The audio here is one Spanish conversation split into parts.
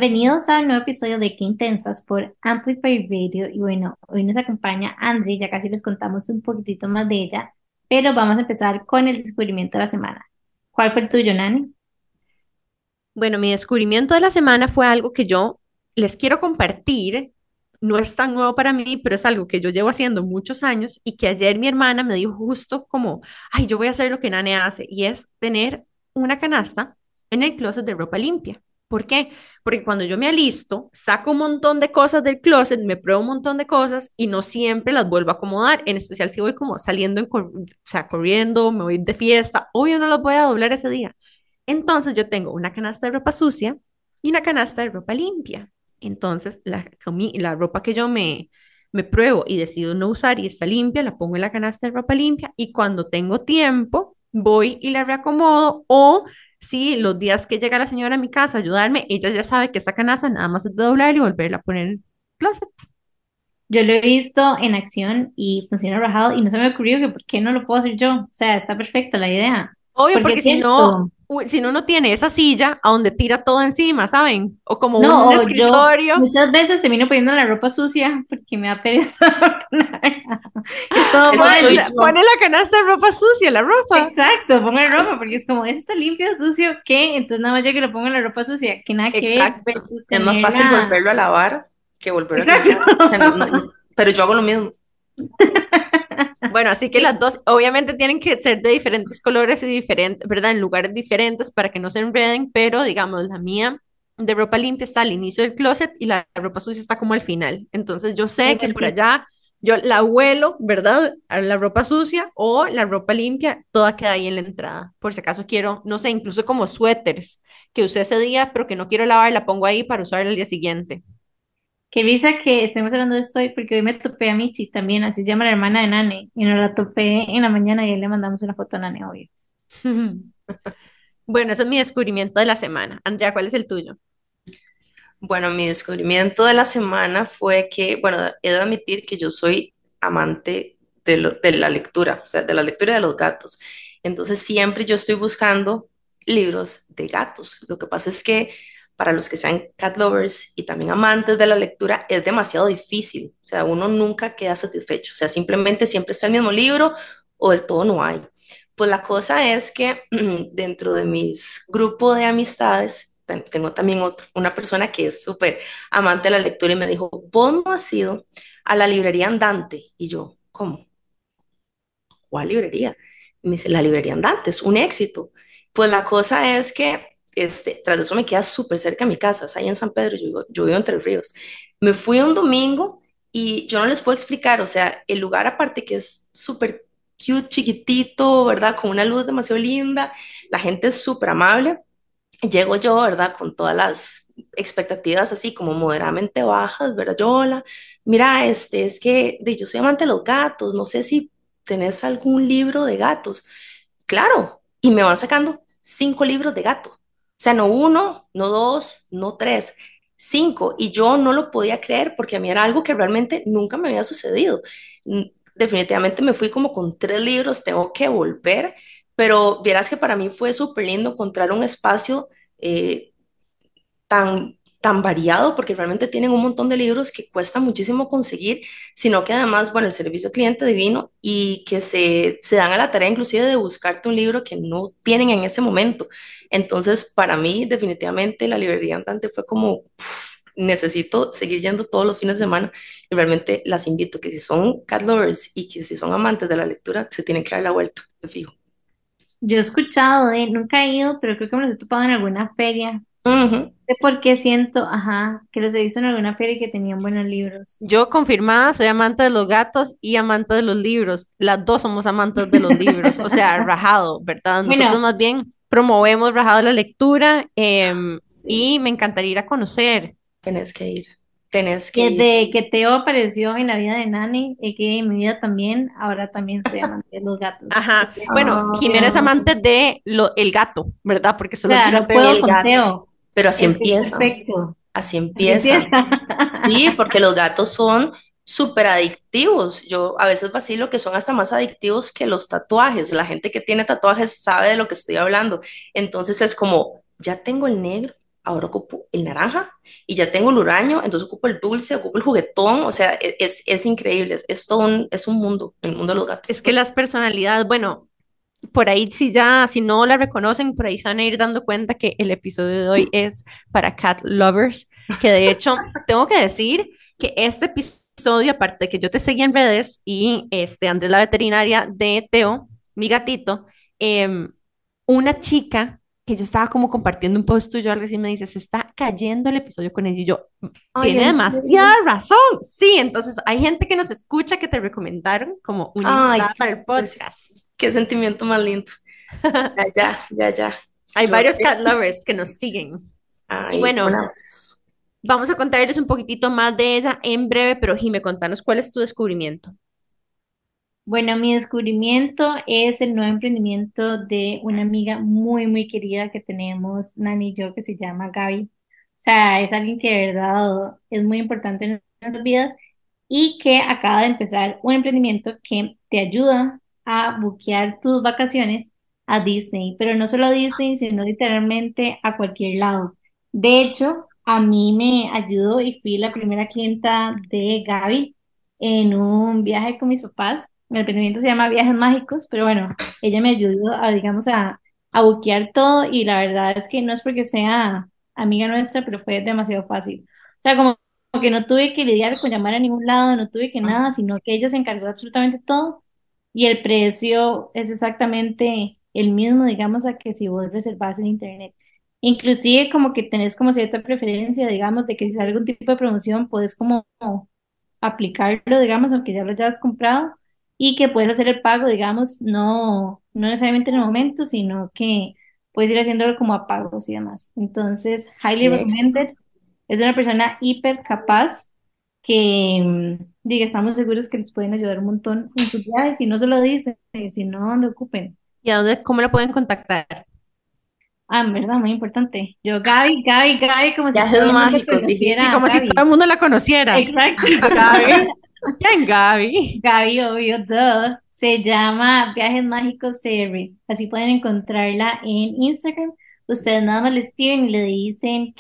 Bienvenidos a un nuevo episodio de Qué Intensas por Amplify Radio. Y bueno, hoy nos acompaña André, ya casi les contamos un poquitito más de ella, pero vamos a empezar con el descubrimiento de la semana. ¿Cuál fue el tuyo, Nani? Bueno, mi descubrimiento de la semana fue algo que yo les quiero compartir. No es tan nuevo para mí, pero es algo que yo llevo haciendo muchos años y que ayer mi hermana me dijo justo como, ay, yo voy a hacer lo que Nane hace y es tener una canasta en el closet de ropa limpia. ¿Por qué? Porque cuando yo me alisto, saco un montón de cosas del closet, me pruebo un montón de cosas y no siempre las vuelvo a acomodar, en especial si voy como saliendo, o sea, corriendo, me voy de fiesta, obvio no las voy a doblar ese día. Entonces yo tengo una canasta de ropa sucia y una canasta de ropa limpia. Entonces la ropa que me pruebo y decido no usar y está limpia, la pongo en la canasta de ropa limpia y cuando tengo tiempo voy y la reacomodo o si los días que llega la señora a mi casa a ayudarme, ella ya sabe que esta canasta nada más es de doblar y volverla a poner en el closet. Yo lo he visto en acción y funciona rajado y no se me ocurrió que por qué no lo puedo hacer yo. O sea, está perfecta la idea. Obvio, Porque porque es si no, cierto. si no, no tiene esa silla a donde tira todo encima, ¿saben? O como un No, o yo escritorio. muchas veces se vino poniendo la ropa sucia porque me da pereza ordenarla. Es todo Pone, Esa mal. soy Y yo. pone la canasta de ropa sucia, la ropa. exacto, pongo la ropa porque es como, ¿eso está limpio, sucio? ¿Qué? Entonces nada más ya que lo pongo en la ropa sucia, que nada que ver Exacto. versus Es más fácil tenerla. volverlo a lavar que volverlo a Exacto. limpiar. O sea, pero yo hago lo mismo. Bueno, así que las Sí, dos obviamente tienen que ser de diferentes colores y diferentes, ¿verdad? En lugares diferentes para que no se enreden, pero digamos, la mía de ropa limpia está al inicio del closet y la ropa sucia está como al final. Entonces yo sé que igual por que allá yo la huelo, ¿verdad? A la ropa sucia o la ropa limpia, toda queda ahí en la entrada. Por si acaso quiero, no sé, incluso como suéteres que usé ese día, pero que no quiero lavar, la pongo ahí para usar el día siguiente. qué risa que estemos hablando de esto hoy porque hoy me topé a Michi también, así se llama la hermana de Nane, y nos la topé en la mañana y ahí le mandamos una foto a Nane hoy. Bueno, ese es mi descubrimiento de la semana. Andrea, ¿cuál es el tuyo? Bueno, mi descubrimiento de la semana fue que, bueno, he de admitir que yo soy amante de la lectura, o sea, de la lectura de los gatos. Entonces siempre yo estoy buscando libros de gatos. Lo que pasa es que para los que sean cat lovers y también amantes de la lectura es demasiado difícil. O sea, uno nunca queda satisfecho. O sea, simplemente siempre está el mismo libro o del todo no hay. Pues la cosa es que dentro de mis grupos de amistades, tengo también una persona que es súper amante de la lectura y me dijo, vos no has ido a la librería Andante. Y yo, ¿cómo? ¿Cuál librería? Y me dice, la librería Andante, es un éxito. Pues la cosa es que tras de eso me queda súper cerca de mi casa, es ahí en San Pedro, yo vivo en Tres Ríos. Me fui un domingo y yo no les puedo explicar, o sea, el lugar aparte que es súper cute, chiquitito, ¿verdad? Con una luz demasiado linda, la gente es súper amable. Llego yo, ¿verdad? Con todas las expectativas así como moderadamente bajas, ¿verdad? Yo, hola, mira, es que yo soy amante de los gatos, no sé si tenés algún libro de gatos. Claro, y me van sacando 5 libros de gato. O sea, no uno, no dos, no tres, 5. Y yo no lo podía creer porque a mí era algo que realmente nunca me había sucedido. Definitivamente me fui como con 3 libros, tengo que volver, pero vieras que para mí fue súper lindo encontrar un espacio eh, tan variado, porque realmente tienen un montón de libros que cuesta muchísimo conseguir, sino que además, bueno, el servicio al cliente divino y que se dan a la tarea inclusive de buscarte un libro que no tienen en ese momento. Entonces, para mí, definitivamente la librería andante fue como, necesito seguir yendo todos los fines de semana y realmente las invito que si son cat lovers y que si son amantes de la lectura, se tienen que dar la vuelta, te fijo. Yo he escuchado de, nunca he ido, pero creo que me los he topado en alguna feria. No Ujú. sé por qué siento, ajá, que los he visto en alguna feria y que tenían buenos libros. Yo confirmada, soy amante de los gatos y amante de los libros. Las dos somos amantes de los libros, o sea, rajado, ¿verdad? Nosotros Bueno, más bien promovemos rajado la lectura Sí, y me encantaría ir a conocer. tenés que ir, tenés que ir. desde que Teo apareció en la vida de Nani, y que en mi vida también, ahora también soy amante de los gatos. Ajá. Bueno, Jimena es Ah, amante de el gato, ¿verdad? Porque solo el Claro, gato. puedo el con gato. Teo. Pero así Es que es empiezan, perfecto. así Así empieza. empiezan. Sí, porque los gatos son súper adictivos. Yo a veces vacilo que son hasta más adictivos que los tatuajes. La gente que tiene tatuajes sabe de lo que estoy hablando. Entonces es como, ya tengo el negro, ahora ocupo el naranja y ya tengo el huraño, entonces ocupo el dulce, ocupo el juguetón, o sea, es increíble, es todo es un mundo, el mundo de los Es gatos. que las personalidades, bueno, por ahí si ya, si no la reconocen, por ahí se van a ir dando cuenta que el episodio de hoy es para cat lovers, que de hecho tengo que decir que este episodio, aparte de que yo te seguí en redes y Andrés la veterinaria de Teo, mi gatito, em, una chica que yo estaba como compartiendo un post tuyo, algo así, me dice, se está cayendo el episodio con ella y yo, Ay, tiene en demasiada serio. razón. Sí, entonces hay gente que nos escucha que te recomendaron como una Ay, invitada para el pues, podcast. qué sentimiento más lindo. Ya, ya, ya, ya. Hay Yo varios sé. cat lovers que nos siguen. Y Ay, un bueno, abrazo. vamos a contarles un poquitito más de ella en breve, pero Jime, contanos cuál es tu descubrimiento. Bueno, mi descubrimiento es el nuevo emprendimiento de una amiga muy, muy querida que tenemos, Nani y yo, que se llama Gaby. O sea, es alguien que de verdad es muy importante en nuestras vidas y que acaba de empezar un emprendimiento que te ayuda a buquear tus vacaciones a Disney, pero no solo a Disney, sino literalmente a cualquier lado. De hecho, a mí me ayudó y fui la primera clienta de Gaby en un viaje con mis papás. El emprendimiento se llama Viajes Mágicos, pero bueno, ella me ayudó a, digamos, a buquear todo y la verdad es que no es porque sea amiga nuestra, pero fue demasiado fácil. O sea, como que no tuve que lidiar con llamar a ningún lado, no tuve que nada, sino que ella se encargó de absolutamente todo y el precio es exactamente el mismo, digamos, a que si vos reservas en internet. Inclusive como que tenés como cierta preferencia, digamos, de que si sale algún tipo de promoción, puedes como aplicarlo, digamos, aunque ya lo hayas comprado, y que puedes hacer el pago, digamos, no necesariamente en el momento, sino que puedes ir haciéndolo como a pagos y demás. Entonces, highly Qué éxito. recommended. Es una persona hiper capaz que, diga, estamos seguros que les pueden ayudar un montón en sus viajes, y no se lo dicen, si no lo ocupen. ¿Y a dónde, cómo la pueden contactar? Ah, en verdad, muy importante. Yo, Gaby, Gaby, Gaby, como si Viajes todo el mundo mágicos, Sí, conociera dijiste. a como si todo Gaby. el mundo la conociera. Exacto. Gaby. ¿Quién, Gaby? Gaby, obvio, duh. Se llama Viajes Mágicos Seri. Así pueden encontrarla en Instagram. Ustedes nada más le escriben y le dicen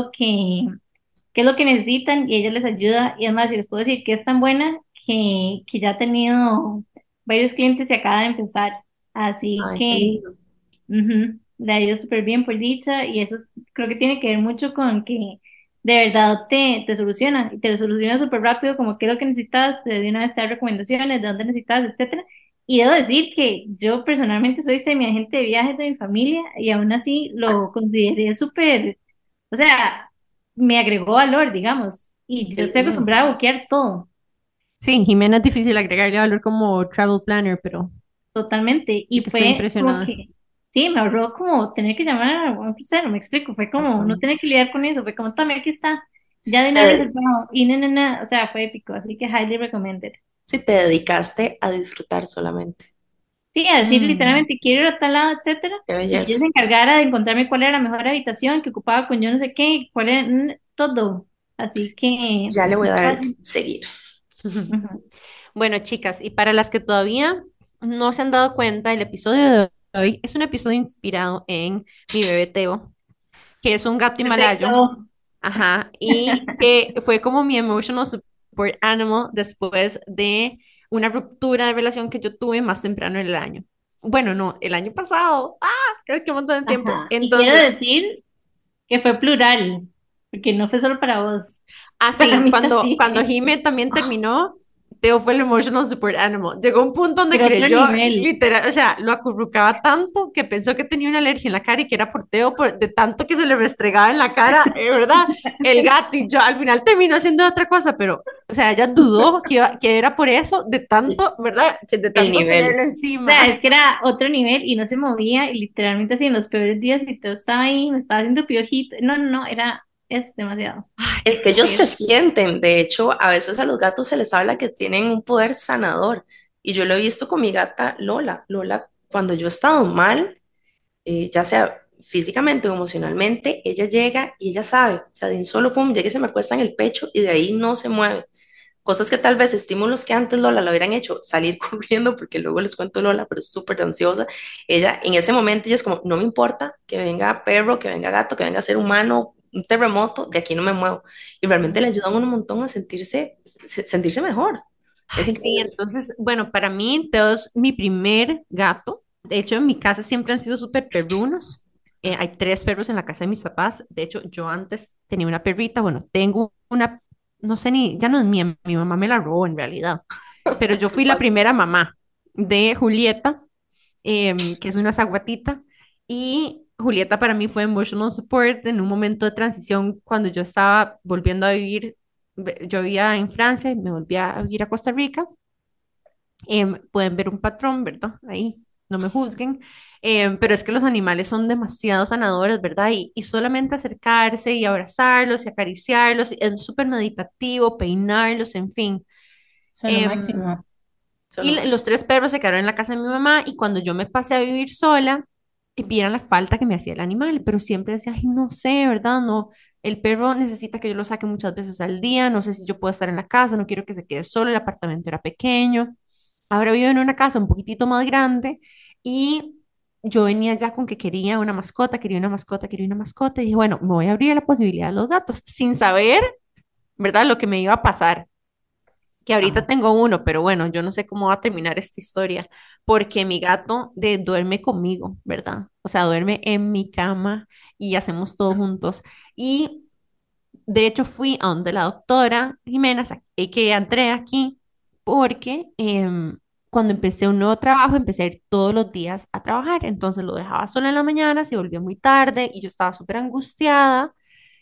qué es lo que necesitan y ella les ayuda. Y además, si les puedo decir que es tan buena que ya ha tenido varios clientes y acaba de empezar. Así Ay, qué que lindo. ujú, le ha ido súper bien por dicha y eso creo que tiene que ver mucho con que de verdad te soluciona y te lo soluciona súper rápido, como qué es lo que necesitas, de una vez te da recomendaciones, de dónde necesitas, etcétera. Y debo decir que yo personalmente soy semi-agente de viajes de mi familia y aún así lo consideré súper, o sea, me agregó valor, digamos, y Qué yo estoy lindo. acostumbrada a bloquear todo. Sí, Jimena es difícil agregarle valor como travel planner, pero Totalmente. sí Y que estoy fue como impresionada. que, sí, me ahorró como tener que llamar a un crucero, me explico. Fue como no tener que lidiar con eso. Fue como, tome, aquí está. Ya de una vez Te- reservado. Y o sea, fue épico. Así que highly recommended. si te dedicaste a disfrutar solamente. Sí, a decir Mm, literalmente, quiero ir a tal lado, etcétera. Qué Y ella belleza. se encargara de encontrarme cuál era la mejor habitación que ocupaba con yo no sé qué, cuál era, todo. Así que, Ya le voy a dar fácil. seguir. Ujú. Bueno, chicas, y para las que todavía no se han dado cuenta, el episodio de hoy es un episodio inspirado en mi bebé Teo, que es un gato himalayo, Perfecto. ajá, y que fue como mi emotional support animal después de una ruptura de relación que yo tuve más temprano en el año. Bueno, no, el año pasado. ¡Ah! Es que un montón de tiempo. Ajá. Y quiero Entonces, decir que fue plural, porque no fue solo para vos, para así, mí cuando también. Jime también terminó, Teo fue el emotional support animal. Llegó un punto donde Pero otro creyó, nivel. literal, o sea, lo acurrucaba tanto que pensó que tenía una alergia en la cara y que era por Teo, de tanto que se le restregaba en la cara, ¿verdad? El gato y yo, al final terminó haciendo otra cosa, pero, o sea, ella dudó que era por eso, de tanto, ¿verdad? De El tanto nivel. tenerlo O sea, encima. es que era otro nivel y no se movía y literalmente así en los peores días y todo estaba ahí, me estaba haciendo piojito. No, no, no, es demasiado. Es que ellos te Sí, sienten. De hecho, a veces a los gatos se les habla que tienen un poder sanador. Y yo lo he visto con mi gata Lola. Lola, cuando yo he estado mal, ya sea físicamente o emocionalmente, ella llega y ella sabe. O sea, de un solo pum, llega y se me acuesta en el pecho y de ahí no se mueve. cosas que tal vez estímulos que antes Lola lo hubieran hecho salir corriendo, porque luego les cuento Lola, pero es súper ansiosa. Ella en ese momento ella es como, no me importa que venga perro, que venga gato, que venga ser humano, un terremoto, de aquí no me muevo. Y realmente le ayudan un montón a sentirse mejor. Es Ay, sí, increíble. entonces, bueno, para mí, Teo es mi primer gato. De hecho, en mi casa siempre han sido súper perrunos. Hay tres perros en la casa de mis papás. De hecho, yo antes tenía una perrita. Bueno, tengo una, no sé ni, ya no es mía, mi mamá me la robó en realidad. Pero yo Sí fui la pasa. primera mamá de Julieta, que es una zaguatita. Y Julieta para mí fue emotional support en un momento de transición cuando yo estaba volviendo a vivir. Yo vivía en Francia y me volví a vivir a Costa Rica. Pueden ver un patrón, ¿verdad? Ahí, no me juzguen. Pero es que los animales son demasiado sanadores, ¿verdad? Y solamente acercarse y abrazarlos y acariciarlos, es súper meditativo, peinarlos, en fin. Son lo Em, máximo. Son y lo los máximo. tres perros se quedaron en la casa de mi mamá y cuando yo me pasé a vivir sola, vieran la falta que me hacía el animal, pero siempre decía, ay, no sé, ¿verdad? No, el perro necesita que yo lo saque muchas veces al día, no sé si yo puedo estar en la casa, no quiero que se quede solo, el apartamento era pequeño. Ahora vivo en una casa un poquitito más grande y yo venía ya con que quería una mascota, quería una mascota, quería una mascota y dije, bueno, me voy a abrir a la posibilidad de los gatos sin saber, ¿verdad? Lo que me iba a pasar, que ahorita Ajá. tengo uno, pero bueno, yo no sé cómo va a terminar esta historia, porque mi gato duerme conmigo, ¿verdad? O sea, duerme en mi cama y hacemos todo juntos. Y de hecho fui a donde la doctora Jiménez, que Andrea aquí, porque cuando empecé un nuevo trabajo, empecé a ir todos los días a trabajar, entonces lo dejaba solo en la mañana, se volvió muy tarde y yo estaba súper angustiada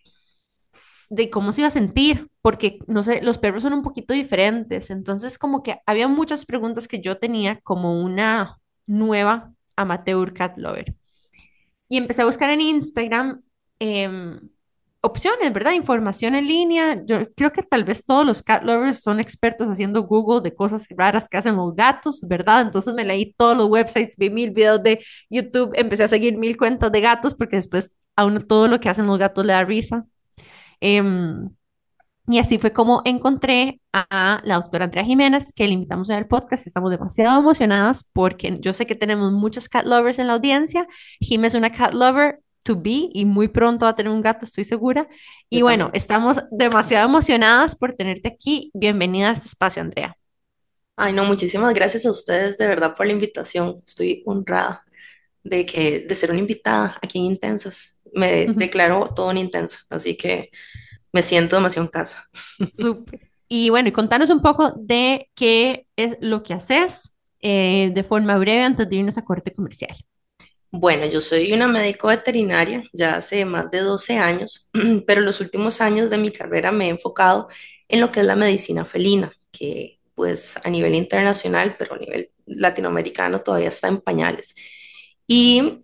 de cómo se iba a sentir, porque no sé, los perros son un poquito diferentes, entonces como que había muchas preguntas que yo tenía como una nueva amateur cat lover. Y empecé a buscar en Instagram em, opciones, ¿verdad? Información en línea. Yo creo que tal vez todos los cat lovers son expertos haciendo Google de cosas raras que hacen los gatos, ¿verdad? Entonces me leí todos los websites, vi mil videos de YouTube, empecé a seguir mil cuentas de gatos porque después a uno todo lo que hacen los gatos le da risa. Em, y así fue como encontré a la doctora Andrea Jiménez, que le invitamos al podcast. Estamos demasiado emocionadas porque yo sé que tenemos muchos cat lovers en la audiencia. Jim es una cat lover to be y muy pronto va a tener un gato, estoy segura. Y Yo bueno, también. estamos demasiado emocionadas por tenerte aquí. Bienvenida a este espacio, Andrea. Ay, no, muchísimas gracias a ustedes de verdad por la invitación. Estoy honrada de ser una invitada aquí en Intensas. Me declaro todo una intensa, así que me siento demasiado en casa. Súper. Y bueno, y contanos un poco de qué es lo que haces de forma breve antes de irnos a corte comercial. Bueno, yo soy una médico veterinaria ya hace más de 12 años, pero los últimos años de mi carrera me he enfocado en lo que es la medicina felina, que pues a nivel internacional, pero a nivel latinoamericano todavía está en pañales. Y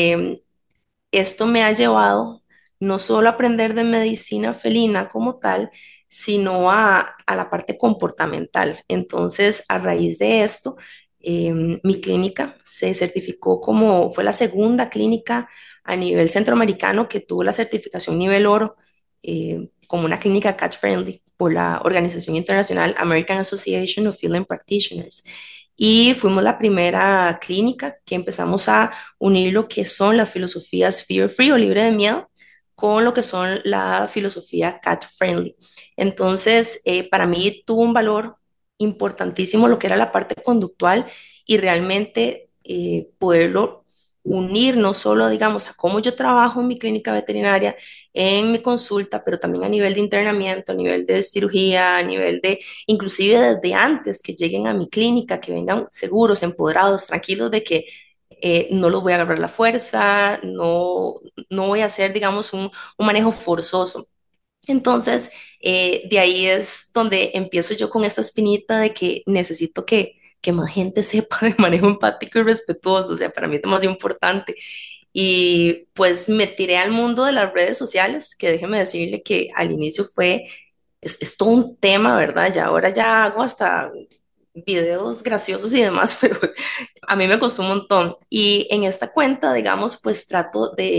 esto me ha llevado no solo a aprender de medicina felina como tal, sino a la parte comportamental. Entonces, a raíz de esto, mi clínica se certificó como, fue la segunda clínica a nivel centroamericano que tuvo la certificación nivel oro como una clínica cat friendly por la organización internacional American Association of Feline Practitioners. Y fuimos la primera clínica que empezamos a unir lo que son las filosofías fear free o libre de miedo con lo que son la filosofía cat friendly. Entonces, para mí tuvo un valor importantísimo lo que era la parte conductual y realmente poderlo unir no solo, digamos, a cómo yo trabajo en mi clínica veterinaria, en mi consulta, pero también a nivel de internamiento, a nivel de cirugía, a nivel de, inclusive desde antes que lleguen a mi clínica, que vengan seguros, empoderados, tranquilos de que no los voy a agarrar la fuerza, no voy a hacer, digamos, un manejo forzoso. Entonces, de ahí es donde empiezo yo con esta espinita de que necesito que más gente sepa de manejo empático y respetuoso, o sea, para mí es demasiado importante. Y pues me tiré al mundo de las redes sociales, que déjeme decirle que al inicio es todo un tema, ¿verdad? Ya ahora ya hago hasta videos graciosos y demás, pero a mí me costó un montón. Y en esta cuenta, digamos, pues trato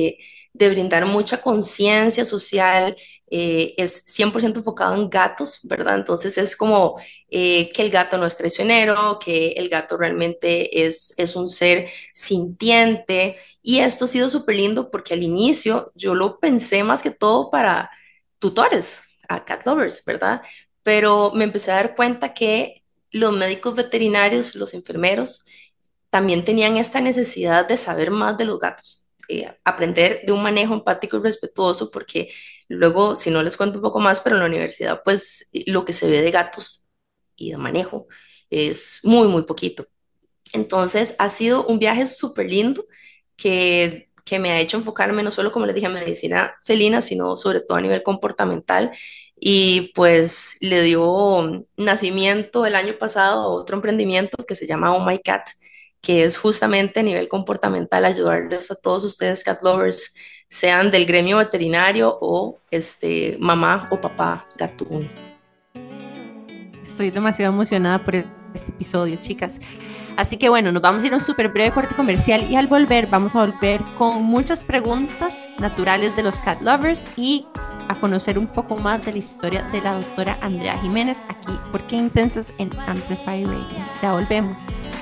de brindar mucha conciencia social, es 100% enfocado en gatos, ¿verdad? Entonces es como que el gato no es traicionero, que el gato realmente es un ser sintiente. Y esto ha sido súper lindo porque al inicio yo lo pensé más que todo para tutores, a cat lovers, ¿verdad? Pero me empecé a dar cuenta que los médicos veterinarios, los enfermeros, también tenían esta necesidad de saber más de los gatos, aprender de un manejo empático y respetuoso, porque luego, si no les cuento un poco más, pero en la universidad, pues lo que se ve de gatos y de manejo es muy, muy poquito. Entonces, ha sido un viaje súper lindo que me ha hecho enfocarme no solo, como les dije, en medicina felina, sino sobre todo a nivel comportamental. Y pues le dio nacimiento el año pasado a otro emprendimiento que se llama Oh My Cat, que es justamente a nivel comportamental ayudarles a todos ustedes cat lovers, sean del gremio veterinario o mamá o papá gatuno. Estoy demasiado emocionada por este episodio, chicas. Así que bueno, nos vamos a ir a un súper breve corte comercial y al volver vamos a volver con muchas preguntas naturales de los cat lovers y a conocer un poco más de la historia de la doctora Andrea Jiménez aquí por Qué Intensas en Amplify Radio. Ya volvemos.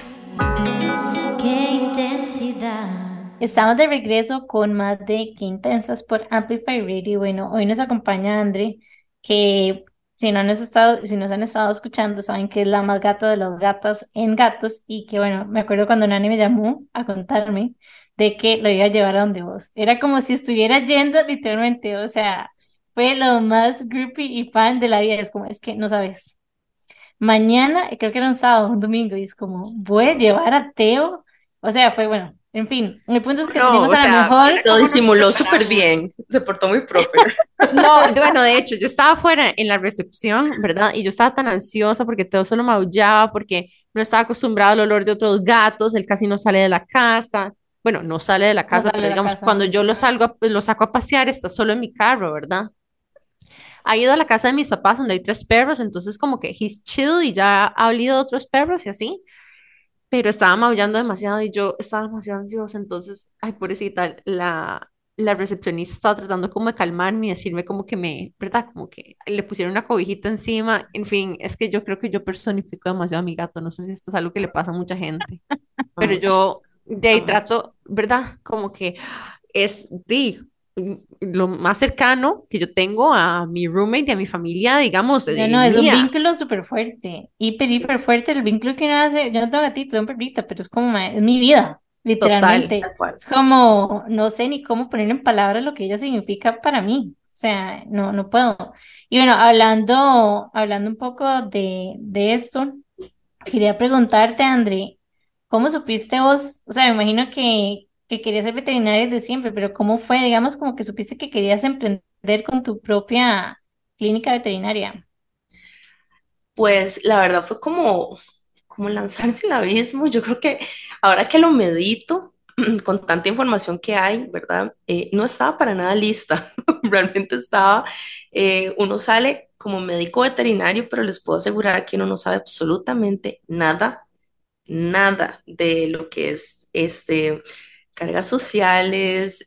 Qué intensidad. Estamos de regreso con más de Qué Intensas por Amplify Radio. Bueno, hoy nos acompaña Andre, que si nos han estado escuchando, saben que es la más gata de las gatas en gatos y que bueno, me acuerdo cuando Nani me llamó a contarme de que lo iba a llevar a donde vos. Era como si estuviera yendo literalmente, o sea, fue lo más groupie y fan de la vida. Es como, es que no sabes. Mañana, creo que era un sábado, un domingo, y es como, voy a llevar a Teo. O sea, fue bueno. En fin, el punto es que No, tenemos o a la sea, mejor. mira Lo cómo nos disimuló súper preparamos. bien, se portó muy proper. No, bueno, de hecho, yo estaba afuera en la recepción, ¿verdad? Y yo estaba tan ansiosa porque todo solo maullaba, porque no estaba acostumbrado al olor de otros gatos, él casi no sale de la casa. Bueno, no sale de la No casa, sale pero de la digamos, casa. cuando yo lo saco a pasear, está solo en mi carro, ¿verdad? Ha ido a la casa de mis papás donde hay tres perros, entonces como que he's chill y ya ha olido a otros perros y así, pero estaba maullando demasiado y yo estaba demasiado ansiosa, entonces, ay, pobrecita, la recepcionista estaba tratando como de calmarme y decirme como que ¿verdad? Como que le pusieron una cobijita encima, en fin, es que yo creo que yo personifico demasiado a mi gato, no sé si esto es algo que le pasa a mucha gente, pero Mucho, yo de ahí mucho. trato, ¿verdad? Como que lo más cercano que yo tengo a mi roommate y a mi familia, digamos, No, no, es un mía. vínculo súper fuerte. Hiper, Sí, hiper fuerte. El vínculo que uno hace. Yo no tengo gatito, tengo un perrito, pero es como, es mi vida, Total. literalmente. tal cual. Es como, no sé ni cómo poner en palabras lo que ella significa para mí. O sea, no, no puedo. Y bueno, hablando un poco de esto. Quería preguntarte, André, ¿cómo supiste vos? O sea, me imagino que querías ser veterinaria desde siempre, pero ¿cómo fue, digamos, como que supiste que querías emprender con tu propia clínica veterinaria? Pues la verdad fue como lanzarme al abismo. Yo creo que ahora que lo medito, con tanta información que hay, ¿verdad? No estaba para nada lista. Realmente estaba, uno sale como médico veterinario, pero les puedo asegurar que uno no sabe absolutamente nada, nada de lo que es cargas sociales,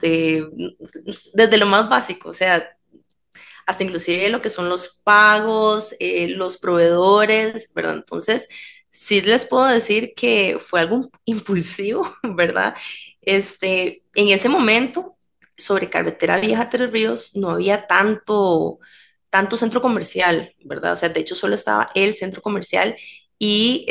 desde lo más básico, o sea, hasta inclusive lo que son los pagos, los proveedores, ¿verdad? Entonces, sí les puedo decir que fue algo impulsivo, ¿verdad? En ese momento, sobre Carretera Vieja Tres Ríos, no había tanto centro comercial, ¿verdad? O sea, de hecho, solo estaba el centro comercial y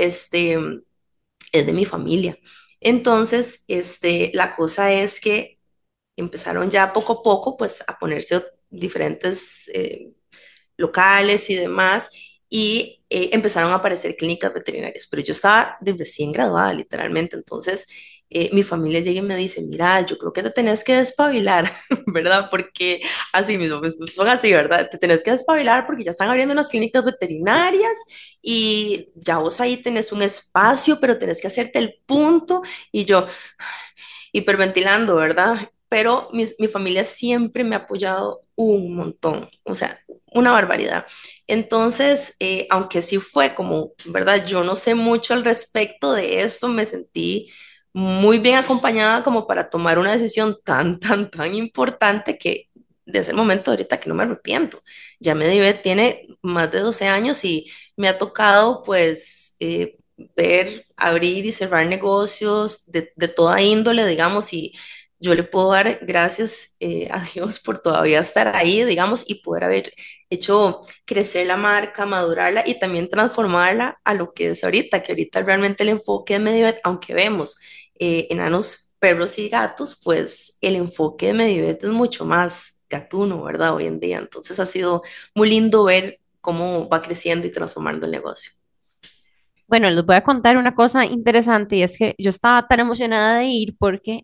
es de mi familia. Entonces, la cosa es que empezaron ya poco a poco, pues, a ponerse diferentes locales y demás, y empezaron a aparecer clínicas veterinarias, pero yo estaba de recién graduada, literalmente, entonces mi familia llega y me dice, mira, yo creo que te tenés que despabilar, ¿verdad? Porque así mismo, pues, son así, ¿verdad? Te tenés que despabilar porque ya están abriendo unas clínicas veterinarias y ya vos ahí tenés un espacio, pero tenés que hacerte el punto, y yo hiperventilando, ¿verdad? Pero mi familia siempre me ha apoyado un montón, o sea, una barbaridad. Entonces, aunque sí fue como, ¿verdad? Yo no sé mucho al respecto de esto, me sentí muy bien acompañada como para tomar una decisión tan importante que desde el momento ahorita que no me arrepiento. Ya Medivet tiene más de 12 años y me ha tocado pues ver, abrir y cerrar negocios de toda índole, digamos, y yo le puedo dar gracias a Dios por todavía estar ahí, digamos, y poder haber hecho crecer la marca, madurarla y también transformarla a lo que es ahorita, que ahorita realmente el enfoque de Medivet, aunque vemos enanos, perros y gatos, pues el enfoque de Medivet es mucho más gatuno, ¿verdad? Hoy en día. Entonces ha sido muy lindo ver cómo va creciendo y transformando el negocio. Bueno, les voy a contar una cosa interesante y es que yo estaba tan emocionada de ir porque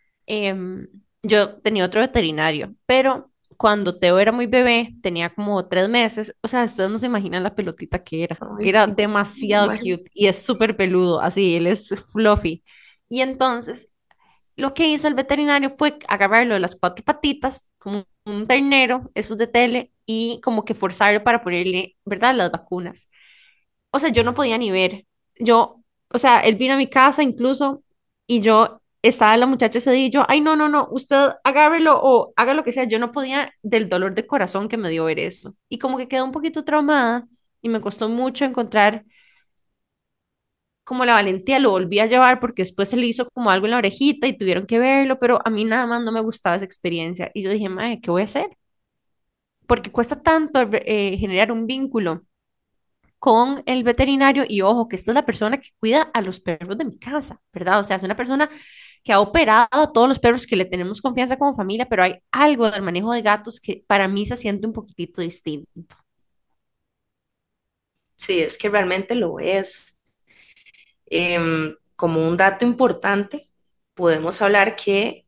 yo tenía otro veterinario, pero cuando Teo era muy bebé, tenía como 3 meses, o sea, ustedes no se imaginan la pelotita Ay, que era sí, me demasiado imagino. cute y es súper peludo, así, él es fluffy. Y entonces, lo que hizo el veterinario fue agarrarlo de las cuatro patitas, como un ternero, esos de tele, y como que forzarlo para ponerle, ¿verdad?, las vacunas. O sea, yo no podía ni ver. Yo, o sea, él vino a mi casa incluso y yo estaba la muchacha ese día y yo, ay, no, no, no, usted agárrelo o haga lo que sea. Yo no podía del dolor de corazón que me dio ver eso. Y como que quedé un poquito traumada y me costó mucho encontrar como la valentía, lo volví a llevar porque después se le hizo como algo en la orejita y tuvieron que verlo, pero a mí nada más no me gustaba esa experiencia. Y yo dije, madre, ¿qué voy a hacer? Porque cuesta tanto generar un vínculo con el veterinario y ojo, que esta es la persona que cuida a los perros de mi casa, ¿verdad? O sea, es una persona que ha operado a todos los perros que le tenemos confianza como familia, pero hay algo del manejo de gatos que para mí se siente un poquitito distinto. Sí, es que realmente lo es. Como un dato importante, podemos hablar que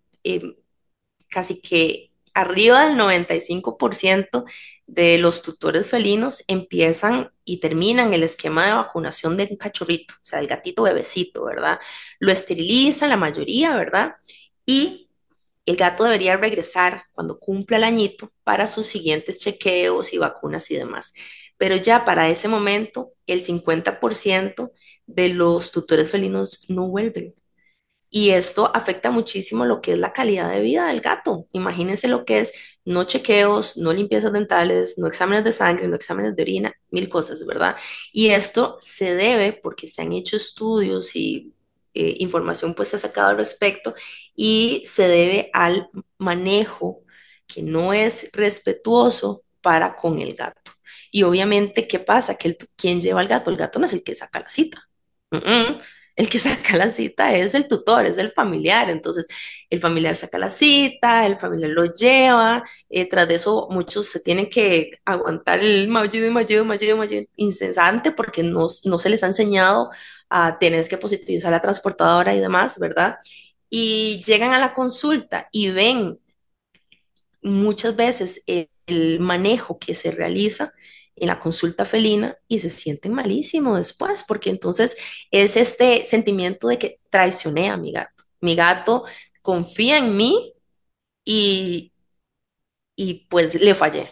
casi que arriba del 95% de los tutores felinos empiezan y terminan el esquema de vacunación del cachorrito, o sea, el gatito bebecito, ¿verdad? Lo esterilizan la mayoría, ¿verdad? Y el gato debería regresar cuando cumpla el añito para sus siguientes chequeos y vacunas y demás. Pero ya para ese momento, el 50% de los tutores felinos no vuelven. Y esto afecta muchísimo lo que es la calidad de vida del gato. Imagínense lo que es no chequeos, no limpiezas dentales, no exámenes de sangre, no exámenes de orina, mil cosas, ¿verdad? Y esto se debe porque se han hecho estudios y información pues se ha sacado al respecto y se debe al manejo que no es respetuoso para con el gato. Y obviamente, ¿qué pasa? Que ¿quién lleva al gato? El gato no es el que saca la cita. Mm, mm. El que saca la cita es el tutor, es el familiar. Entonces, el familiar saca la cita, el familiar lo lleva. Tras de eso, muchos se tienen que aguantar el maullido y maullido, maullido, maullido incesante porque no se les ha enseñado a tener que positivizar la transportadora y demás, ¿verdad? Y llegan a la consulta y ven muchas veces el manejo que se realiza en la consulta felina y se sienten malísimo después, porque entonces es este sentimiento de que traicioné a mi gato. Mi gato confía en mí y, y pues le fallé.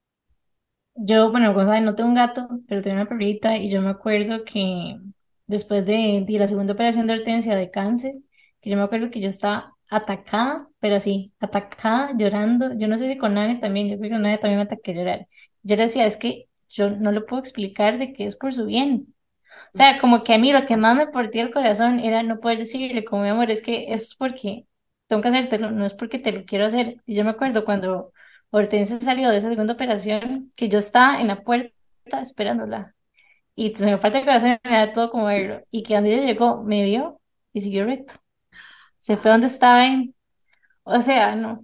Yo, bueno, como saben, no tengo un gato, pero tengo una perrita y yo me acuerdo que después de la segunda operación de Hortensia de cáncer, que yo me acuerdo que yo estaba atacada, pero así, atacada, llorando. Yo no sé si con Nane también, yo creo que con Nane también me ataqué a llorar. Yo le decía, es que yo no le puedo explicar de que es por su bien. O sea, como que a mí lo que más me partía el corazón era no poder decirle, como mi amor, es que eso es porque tengo que hacértelo, no es porque te lo quiero hacer. Y yo me acuerdo cuando Hortensia salió de esa segunda operación, que yo estaba en la puerta esperándola. Y se me parte el corazón y me da todo como verlo. Y que cuando ella llegó, me vio y siguió recto. Se fue donde estaba en, o sea, no,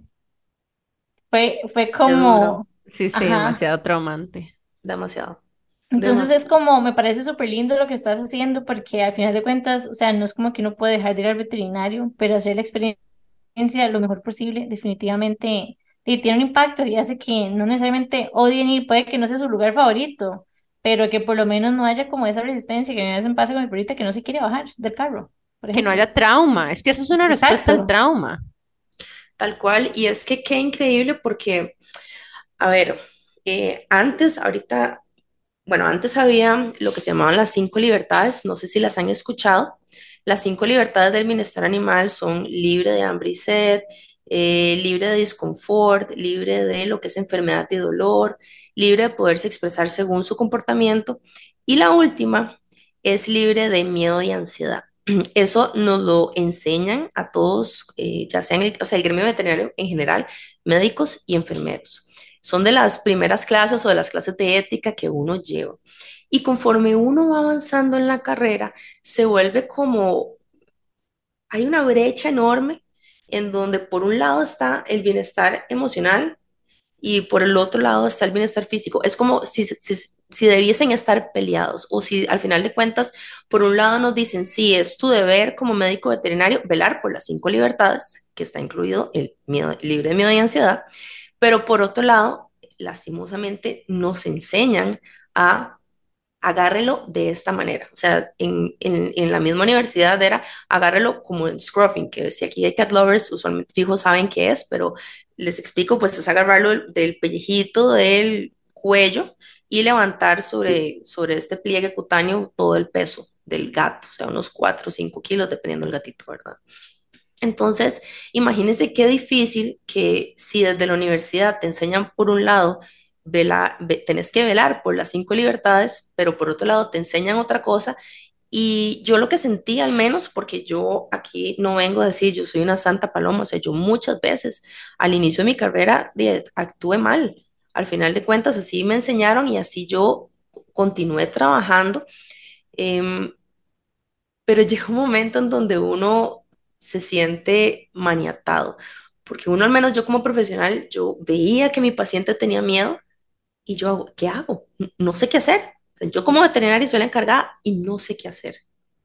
fue Qué duro, como, Sí, sí, ajá. demasiado traumante. demasiado, Entonces es demasiado. como, me parece súper lindo lo que estás haciendo porque al final de cuentas, o sea, no es como que uno puede dejar de ir al veterinario, pero hacer la experiencia lo mejor posible definitivamente tiene un impacto y hace que no necesariamente odien ir, puede que no sea su lugar favorito, pero que por lo menos no haya como esa resistencia que a mí me hacen pase con mi perrita que no se quiere bajar del carro, por Que no ejemplo. haya trauma, es que eso es una respuesta al Exacto. trauma. Tal cual. Y es que qué increíble porque, a ver, antes, ahorita, bueno, antes había lo que se llamaban las 5 libertades, no sé si las han escuchado, Las 5 libertades del bienestar animal son libre de hambre y sed, libre de disconfort, libre de lo que es enfermedad y dolor, libre de poderse expresar según su comportamiento. Y la última es libre de miedo y ansiedad. Eso nos lo enseñan a todos, ya sea o sea, el gremio veterinario en general, médicos y enfermeros. Son de las primeras clases o de las clases de ética que uno lleva. Y conforme uno va avanzando en la carrera, se vuelve como, hay una brecha enorme en donde por un lado está el bienestar emocional y por el otro lado está el bienestar físico. Es como si debiesen estar peleados o si al final de cuentas, por un lado nos dicen, sí, es tu deber como médico veterinario velar por las 5 libertades, que está incluido el miedo, libre de miedo y ansiedad, pero por otro lado, lastimosamente nos enseñan a agárrelo de esta manera. O sea, en la misma universidad era agárrelo como en scruffing, que si aquí hay cat lovers, usualmente fijo saben qué es, pero les explico, pues es agarrarlo del pellejito del cuello y levantar sobre este pliegue cutáneo todo el peso del gato, o sea, unos 4 o 5 kilos, dependiendo del gatito, ¿verdad? Entonces, imagínense qué difícil que si desde la universidad te enseñan por un lado, tenés que velar por las 5 libertades, pero por otro lado te enseñan otra cosa. Y yo lo que sentí al menos, porque yo aquí no vengo a decir yo soy una santa paloma, o sea, yo muchas veces al inicio de mi carrera actué mal. Al final de cuentas, así me enseñaron y así yo continué trabajando. Em, pero llega un momento en donde uno se siente maniatado, porque uno, al menos yo como profesional, yo veía que mi paciente tenía miedo y yo, ¿qué hago? No sé qué hacer. O sea, yo como veterinaria soy la encargada y no sé qué hacer.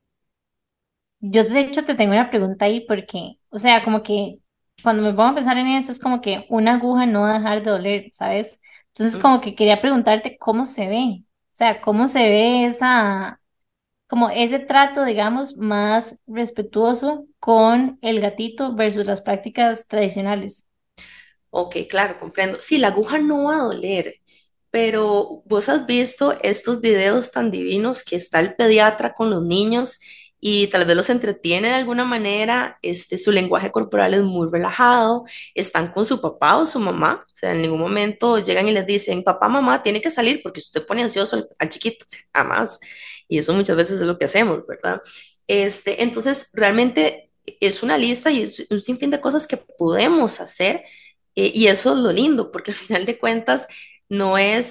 Yo de hecho te tengo una pregunta ahí porque, o sea, como que cuando me pongo a pensar en eso es como que una aguja no va a dejar de doler, ¿sabes? Entonces Mm. como que quería preguntarte cómo se ve, o sea, cómo se ve esa, como ese trato, digamos, más respetuoso con el gatito versus las prácticas tradicionales. Ok, claro, comprendo. Sí, la aguja no va a doler, pero vos has visto estos videos tan divinos que está el pediatra con los niños y tal vez los entretiene de alguna manera, su lenguaje corporal es muy relajado, están con su papá o su mamá, o sea, en ningún momento llegan y les dicen, papá, mamá, tiene que salir porque usted pone ansioso al chiquito, o sea, jamás. Y eso muchas veces es lo que hacemos, ¿verdad? Entonces, realmente es una lista y es un sinfín de cosas que podemos hacer y eso es lo lindo, porque al final de cuentas no es,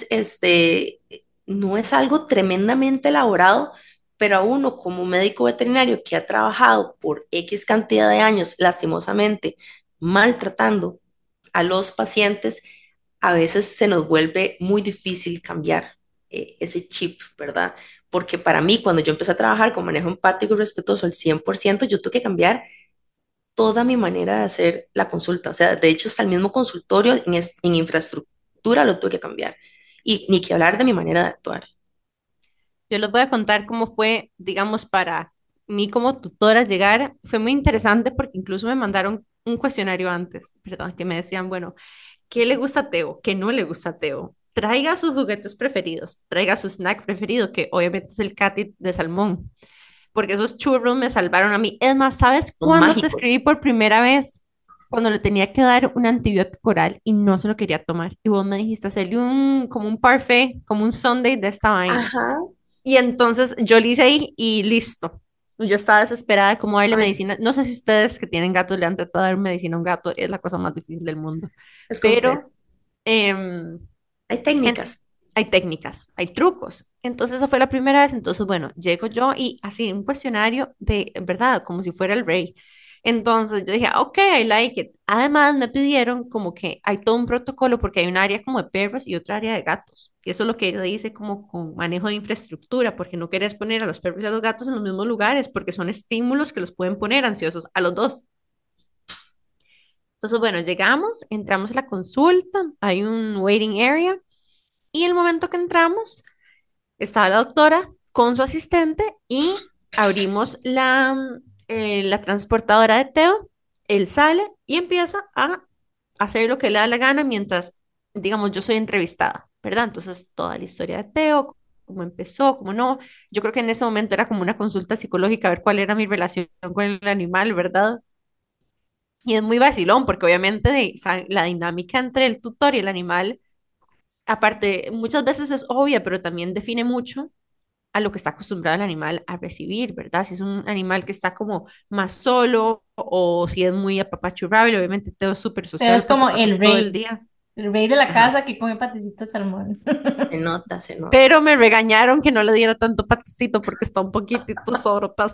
no es algo tremendamente elaborado, pero a uno como médico veterinario que ha trabajado por X cantidad de años, lastimosamente, maltratando a los pacientes, a veces se nos vuelve muy difícil cambiar ese chip, ¿verdad? Porque para mí, cuando yo empecé a trabajar con manejo empático y respetuoso al 100%, yo tuve que cambiar toda mi manera de hacer la consulta. O sea, de hecho, hasta el mismo consultorio en infraestructura lo tuve que cambiar. Y ni que hablar de mi manera de actuar. Yo les voy a contar cómo fue, digamos, para mí como tutora llegar. Fue muy interesante porque incluso me mandaron un cuestionario antes, ¿verdad? Que me decían, bueno, ¿qué le gusta a Teo? ¿Qué no le gusta a Teo? Traiga sus juguetes preferidos, traiga su snack preferido, que obviamente es el catty de salmón, porque esos churros me salvaron a mí. Es más, ¿sabes Son cuándo te escribí mágicos. por primera vez? Cuando le tenía que dar un antibiótico oral y no se lo quería tomar. Y vos me dijiste hacerle como un parfait, como un sundae de esta vaina. Ajá. Y entonces yo le hice ahí y listo. Yo estaba desesperada de cómo darle Ay, medicina. No sé si ustedes que tienen gatos le han tratado de dar medicina a un gato, es la cosa más difícil del mundo. es complejo. Pero em, Hay en- técnicas. hay técnicas, hay trucos. Entonces, esa fue la primera vez. Entonces, bueno, llego yo y así, un cuestionario de, ¿verdad? Como si fuera el rey. Entonces, yo dije, ok, I like it. Además, me pidieron como que hay todo un protocolo porque hay un área como de perros y otra área de gatos. Y eso es lo que ella dice como con manejo de infraestructura, porque no querés poner a los perros y a los gatos en los mismos lugares, porque son estímulos que los pueden poner ansiosos a los dos. Entonces, bueno, llegamos, entramos a la consulta, hay un waiting area. Y el momento que entramos, estaba la doctora con su asistente y abrimos la transportadora de Teo. Él sale y empieza a hacer lo que le da la gana mientras, digamos, yo soy entrevistada, ¿verdad? Entonces, toda la historia de Teo. cómo empezó, cómo no. Yo creo que en ese momento era como una consulta psicológica, a ver cuál era mi relación con el animal, ¿verdad? Y es muy vacilón, porque obviamente la dinámica entre el tutor y el animal, aparte, muchas veces es obvia, pero también define mucho a lo que está acostumbrado el animal a recibir, ¿verdad? Si es un animal que está como más solo o si es muy apapachurrable, obviamente todo es súper Pero es social porque como pasó todo el día. el rey de la Ajá. casa que come patecito de salmón. Se nota, se nota. Pero me regañaron que no le diera tanto patecito porque está un poquitito sordas.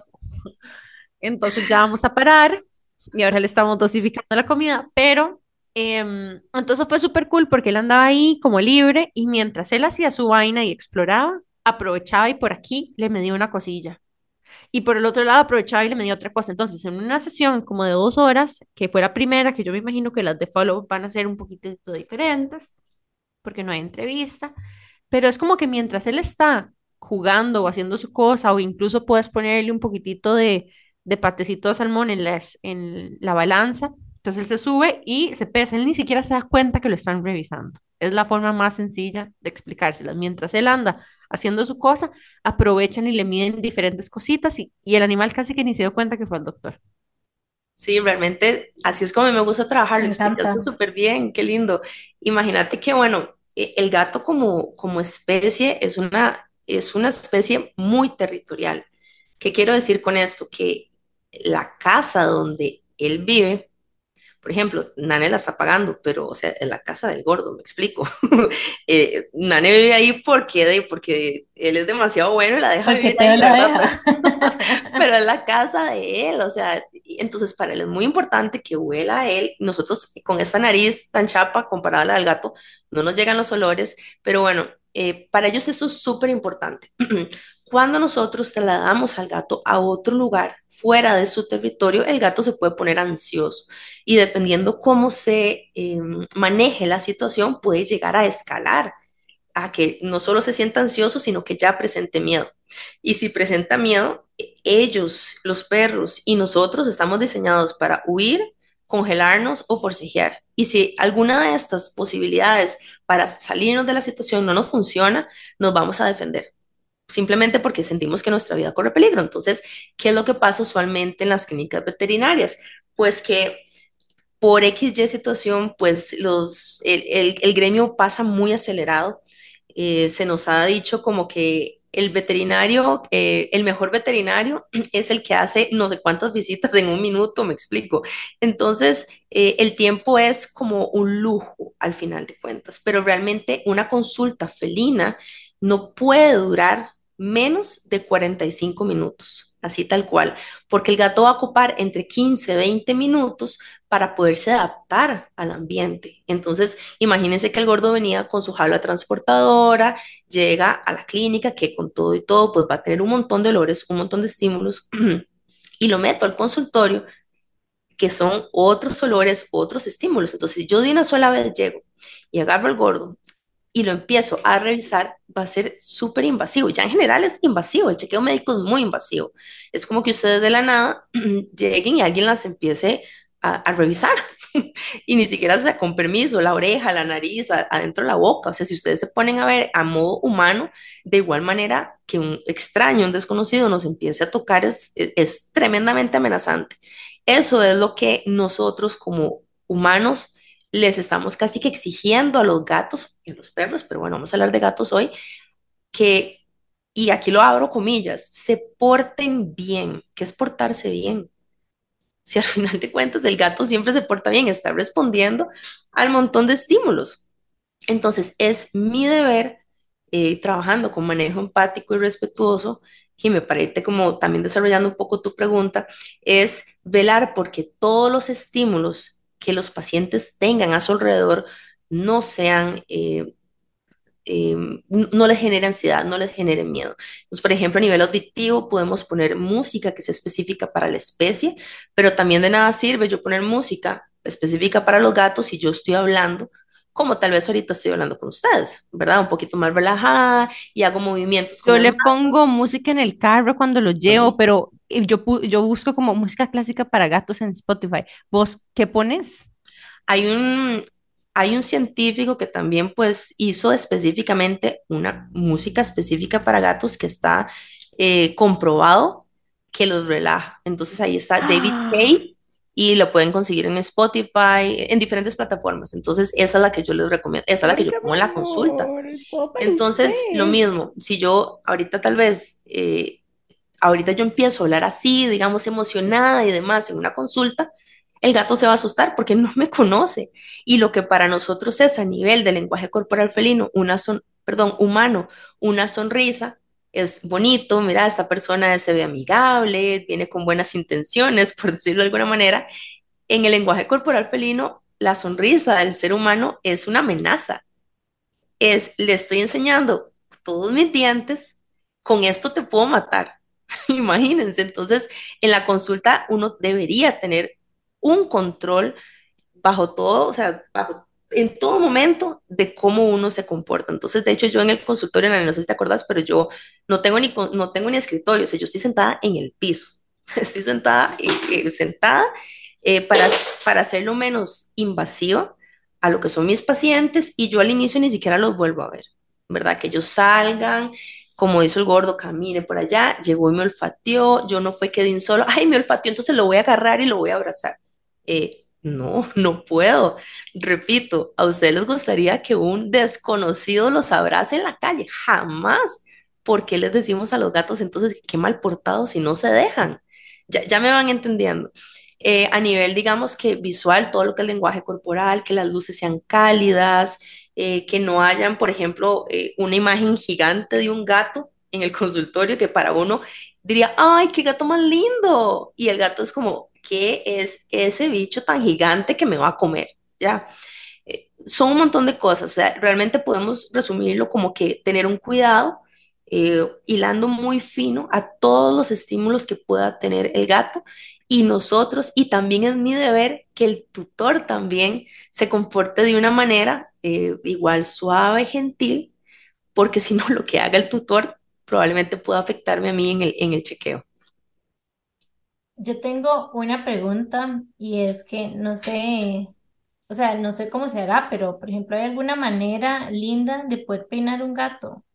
Entonces ya vamos a parar y ahora le estamos dosificando la comida, pero entonces fue súper cool porque él andaba ahí como libre y mientras él hacía su vaina y exploraba, aprovechaba y por aquí le medía una cosilla. Y por el otro lado aprovechaba y le medía otra cosa. Entonces, en una sesión como de 2 horas, que fue la primera, que yo me imagino que las de follow van a ser un poquitito diferentes, porque no hay entrevista, pero es como que mientras él está jugando o haciendo su cosa, o incluso puedes ponerle un poquitito de patecito de salmón en la balanza, entonces él se sube y se pesa, él ni siquiera se da cuenta que lo están revisando. Es la forma más sencilla de explicársela. Mientras él anda haciendo su cosa, aprovechan y le miden diferentes cositas y el animal casi que ni se dio cuenta que fue el doctor. Sí, realmente así es como a mí me gusta trabajar, Me lo explicaste encanta. súper bien, qué lindo. Imagínate que, bueno, el gato como especie es una especie muy territorial. ¿Qué quiero decir con esto? Que la casa donde él vive, por ejemplo, Nane la está pagando, pero, o sea, en la casa del gordo, me explico. Nane vive ahí porque él es demasiado bueno y la deja Porque vivir te ahí, la ¿verdad? deja. Pero es la casa de él, o sea, entonces para él es muy importante que huela a él. Nosotros con esta nariz tan chapa comparada a la del gato, no nos llegan los olores, pero bueno, para ellos eso es súper importante. Cuando nosotros trasladamos al gato a otro lugar fuera de su territorio, el gato se puede poner ansioso y dependiendo cómo se maneje la situación, puede llegar a escalar a que no solo se sienta ansioso, sino que ya presente miedo. Y si presenta miedo, ellos, los perros y nosotros estamos diseñados para huir, congelarnos o forcejear. Y si alguna de estas posibilidades para salirnos de la situación no nos funciona, nos vamos a defender. Simplemente porque sentimos que nuestra vida corre peligro. Entonces, ¿qué es lo que pasa usualmente en las clínicas veterinarias? Pues que por X y situación, pues el gremio pasa muy acelerado. Se nos ha dicho como que el veterinario, el mejor veterinario es el que hace no sé cuántas visitas en un minuto, me explico. Entonces, el tiempo es como un lujo al final de cuentas, pero realmente una consulta felina no puede durar menos de 45 minutos, así tal cual, porque el gato va a ocupar entre 15 y 20 minutos para poderse adaptar al ambiente. Entonces, imagínense que el gordo venía con su jaula transportadora, llega a la clínica, que con todo y todo, pues va a tener un montón de olores, un montón de estímulos, y lo meto al consultorio, que son otros olores, otros estímulos. Entonces, yo de una sola vez llego y agarro al gordo y lo empiezo a revisar, va a ser súper invasivo. Ya en general es invasivo, el chequeo médico es muy invasivo. Es como que ustedes de la nada lleguen y alguien las empiece a revisar y ni siquiera sea con permiso, la oreja, la nariz, adentro de la boca. O sea, si ustedes se ponen a ver a modo humano, de igual manera que un extraño, un desconocido nos empiece a tocar, es tremendamente amenazante. Eso es lo que nosotros como humanos les estamos casi que exigiendo a los gatos y a los perros, pero bueno, vamos a hablar de gatos hoy, que, y aquí lo abro comillas, se porten bien. ¿Qué es portarse bien? Si al final de cuentas el gato siempre se porta bien, está respondiendo al montón de estímulos. Entonces es mi deber, trabajando con manejo empático y respetuoso, Jimé, para irte como también desarrollando un poco tu pregunta, es velar porque todos los estímulos que los pacientes tengan a su alrededor no sean eh, no les genere ansiedad, no les genere miedo. Entonces, por ejemplo, a nivel auditivo podemos poner música que sea específica para la especie, pero también de nada sirve yo poner música específica para los gatos si yo estoy hablando, como tal vez ahorita estoy hablando con ustedes, ¿verdad? Un poquito más relajada y hago movimientos con Yo las le pongo manos. música en el carro cuando lo llevo, Buenísimo. pero yo busco como música clásica para gatos en Spotify. ¿Vos qué pones? Hay un, hay un científico que también pues hizo específicamente una música específica para gatos que está comprobado que los relaja. Entonces ahí está David ¡Ah! Kay y lo pueden conseguir en Spotify, en diferentes plataformas. Entonces esa es la que yo les recomiendo, esa es la que yo pongo Óigame, en la consulta. amor, es todo para Entonces, lo usted. mismo, si yo ahorita tal vez, ahorita yo empiezo a hablar así, digamos, emocionada y demás en una consulta, el gato se va a asustar porque no me conoce. Y lo que para nosotros es a nivel del lenguaje corporal felino, perdón, humano, una sonrisa, es bonito, mira, esta persona se ve amigable, viene con buenas intenciones, por decirlo de alguna manera. En el lenguaje corporal felino, la sonrisa del ser humano es una amenaza, le estoy enseñando todos mis dientes, con esto te puedo matar. Imagínense, entonces en la consulta uno debería tener un control bajo todo, o sea, en todo momento de cómo uno se comporta. Entonces, de hecho, yo en el consultorio, no sé si te acuerdas, pero yo no tengo ni escritorio, o sea, yo estoy sentada en el piso, estoy sentada para, hacerlo menos invasivo a lo que son mis pacientes y yo al inicio ni siquiera los vuelvo a ver, ¿verdad? Que ellos salgan, como hizo el gordo, camine por allá, llegó y me olfateó, yo no fue que de un solo, ay, me olfateó, entonces lo voy a agarrar y lo voy a abrazar. No, no puedo. Repito, ¿a ustedes les gustaría que un desconocido los abrace en la calle? Jamás. ¿Por qué les decimos a los gatos entonces qué mal portados si no se dejan? Ya me van entendiendo. A nivel, digamos que visual, todo lo que es lenguaje corporal, que las luces sean cálidas, que no hayan, por ejemplo, una imagen gigante de un gato en el consultorio que para uno diría, ay, qué gato más lindo. Y el gato es como, ¿qué es ese bicho tan gigante que me va a comer? Ya. Son un montón de cosas, o sea, realmente podemos resumirlo como que tener un cuidado, hilando muy fino a todos los estímulos que pueda tener el gato y nosotros, y también es mi deber que el tutor también se comporte de una manera igual suave, gentil, porque si no, lo que haga el tutor probablemente pueda afectarme a mí en el chequeo. Yo tengo una pregunta y es que no sé, o sea, no sé cómo se hará, pero por ejemplo, ¿hay alguna manera linda de poder peinar un gato?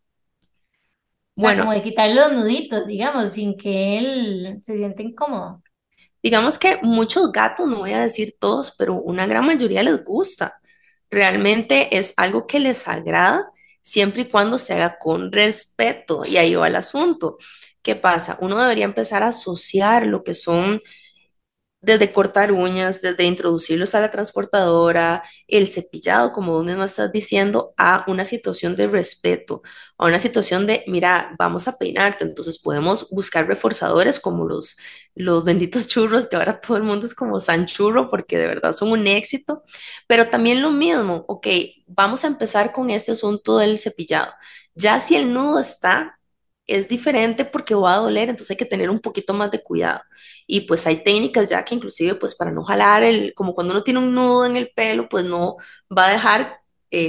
O sea, Bueno, como de quitarle los nuditos, digamos, sin que él se sienta incómodo. digamos que muchos gatos, no voy a decir todos, pero una gran mayoría les gusta. Realmente es algo que les agrada siempre y cuando se haga con respeto. Y ahí va el asunto. ¿Qué pasa? Uno debería empezar a asociar lo que son desde cortar uñas, desde introducirlos a la transportadora, el cepillado, como tú mismo estás diciendo, a una situación de respeto, a una situación de, mira, vamos a peinarte, entonces podemos buscar reforzadores como los benditos churros, que ahora todo el mundo es como San Churro, porque de verdad son un éxito, pero también lo mismo, ok, vamos a empezar con este asunto del cepillado. Ya si el nudo está, es diferente porque va a doler, entonces hay que tener un poquito más de cuidado. Y pues hay técnicas ya que inclusive pues para no jalar como cuando uno tiene un nudo en el pelo, pues no va a dejar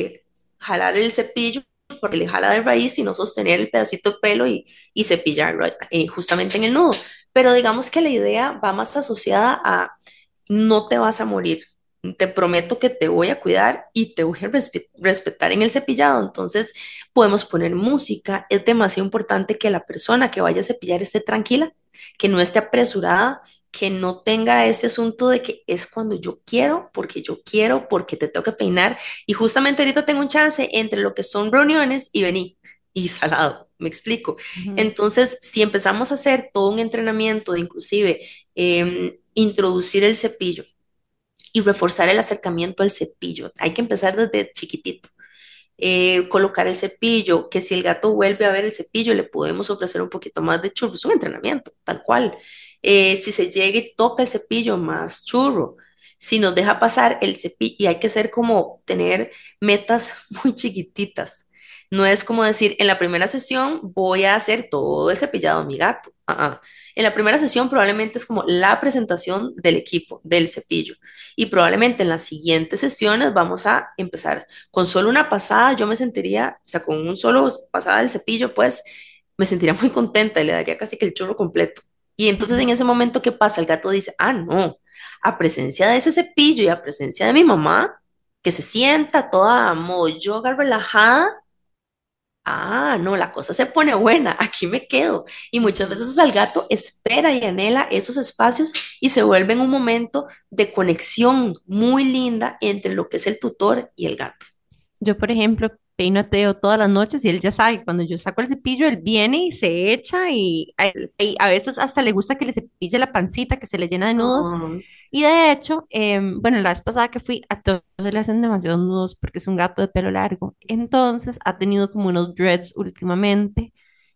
jalar el cepillo porque le jala de raíz, sino sostener el pedacito de pelo y cepillarlo justamente en el nudo. Pero digamos que la idea va más asociada a no te vas a morir. Te prometo que te voy a cuidar y te voy a respetar en el cepillado. Entonces podemos poner música. Es demasiado importante que la persona que vaya a cepillar esté tranquila, que no esté apresurada, que no tenga ese asunto de que es cuando yo quiero, porque te tengo que peinar. Y justamente ahorita tengo un chance entre lo que son reuniones y vení y salado. Me explico. Ujú. Entonces, si empezamos a hacer todo un entrenamiento de inclusive introducir el cepillo y reforzar el acercamiento al cepillo, hay que empezar desde chiquitito. Colocar el cepillo, que si el gato vuelve a ver el cepillo, le podemos ofrecer un poquito más de churro, es un entrenamiento, tal cual. Si se llega y toca el cepillo, más churro. Si nos deja pasar el cepillo, y hay que ser como tener metas muy chiquititas. No es como decir, en la primera sesión voy a hacer todo el cepillado a mi gato. En la primera sesión probablemente es como la presentación del equipo, del cepillo. Y probablemente en las siguientes sesiones vamos a empezar con solo una pasada. Yo me sentiría, o sea, con un solo pasada del cepillo, pues me sentiría muy contenta y le daría casi que el churro completo. Y entonces en ese momento, ¿qué pasa? El gato dice, ah, no, a presencia de ese cepillo y a presencia de mi mamá, que se sienta toda modo yoga relajada. Ah, no, la cosa se pone buena, aquí me quedo. Y muchas Ujú. veces el gato espera y anhela esos espacios y se vuelve en un momento de conexión muy linda entre lo que es el tutor y el gato. Yo, por ejemplo, peino a Teo todas las noches y él ya sabe que cuando yo saco el cepillo, él viene y se echa y a veces hasta le gusta que le cepille la pancita, que se le llena de nudos. Oh, Y de hecho, bueno, la vez pasada que fui, a todos le hacen demasiados nudos porque es un gato de pelo largo. Entonces ha tenido como unos dreads últimamente.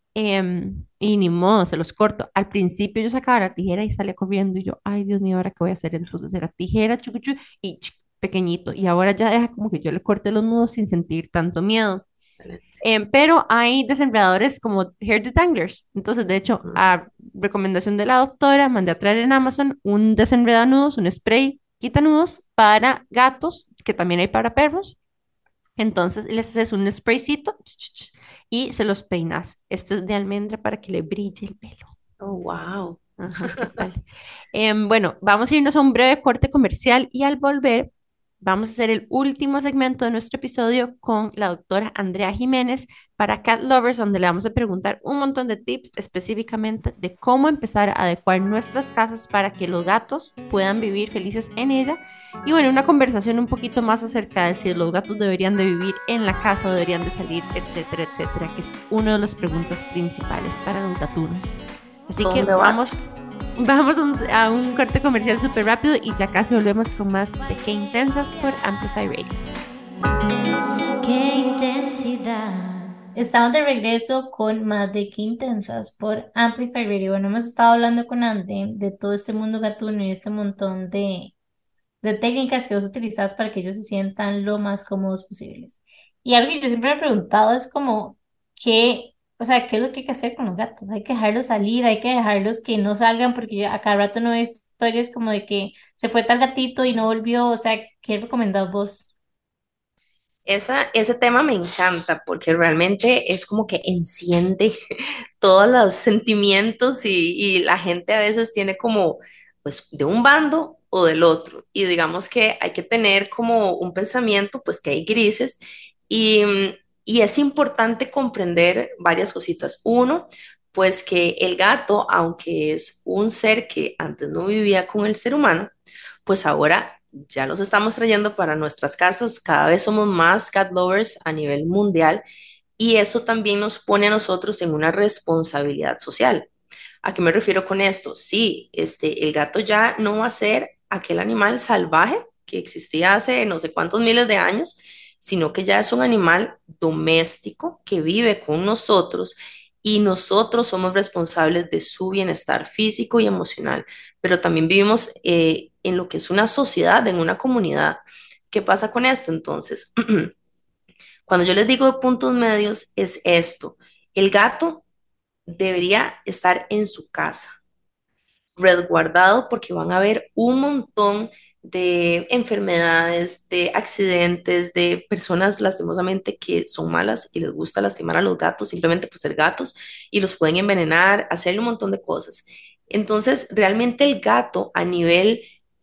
Y ni modo, se los corto. Al principio yo sacaba la tijera y salía corriendo y yo, ay Dios mío, ¿ahora qué voy a hacer? Entonces era tijera, chucu, y pequeñito. Y ahora ya deja como que yo le corte los nudos sin sentir tanto miedo. excelente. Pero hay desenredadores como hair detanglers. Entonces, de hecho, a recomendación de la doctora, mandé a traer en Amazon un desenredanudos, un spray quitanudos para gatos, que también hay para perros. Entonces les haces un spraycito y se los peinas. Este es de almendra para que le brille el pelo. Oh, wow. Ajá, ¿qué tal? Bueno, vamos a irnos a un breve corte comercial y al volver vamos a hacer el último segmento de nuestro episodio con la doctora Andrea Jiménez para Cat Lovers, donde le vamos a preguntar un montón de tips específicamente de cómo empezar a adecuar nuestras casas para que los gatos puedan vivir felices en ella. Y bueno, una conversación un poquito más acerca de si los gatos deberían de vivir en la casa, deberían de salir, etcétera, etcétera, que es una de las preguntas principales para los gatunos. Así Todo un que debate. vamos a un corte comercial súper rápido y ya casi volvemos con más de Qué Intensas por Amplify Radio. Qué intensidad. Estamos de regreso con más de Qué Intensas por Amplify Radio. Bueno, hemos estado hablando con Andy de todo este mundo gatuno y este montón de técnicas que vos utilizas para que ellos se sientan lo más cómodos posibles. Y algo que yo siempre me he preguntado es como, ¿qué, o sea, qué es lo que hay que hacer con los gatos? Hay que dejarlos salir, hay que dejarlos que no salgan, porque yo a cada rato no veo historias como de que se fue tal gatito y no volvió, o sea, ¿qué recomendás vos? Ese tema me encanta porque realmente es como que enciende todos los sentimientos y la gente a veces tiene como, pues, de un bando o del otro. Y digamos que hay que tener como un pensamiento, pues, que hay grises y, y es importante comprender varias cositas. Uno, pues que el gato, aunque es un ser que antes no vivía con el ser humano, pues ahora ya los estamos trayendo para nuestras casas. Cada vez somos más cat lovers a nivel mundial y eso también nos pone a nosotros en una responsabilidad social. ¿A qué me refiero con esto? Sí, el gato ya no va a ser aquel animal salvaje que existía hace no sé cuántos miles de años, sino que ya es un animal doméstico que vive con nosotros y nosotros somos responsables de su bienestar físico y emocional, pero también vivimos en lo que es una sociedad, en una comunidad. ¿Qué pasa con esto entonces? Cuando yo les digo de puntos medios es esto, el gato debería estar en su casa resguardado porque van a haber un montón de enfermedades, de accidentes, de personas lastimosamente que son malas y les gusta lastimar a los gatos simplemente por ser gatos y los pueden envenenar, hacerle un montón de cosas. Entonces, realmente el gato a nivel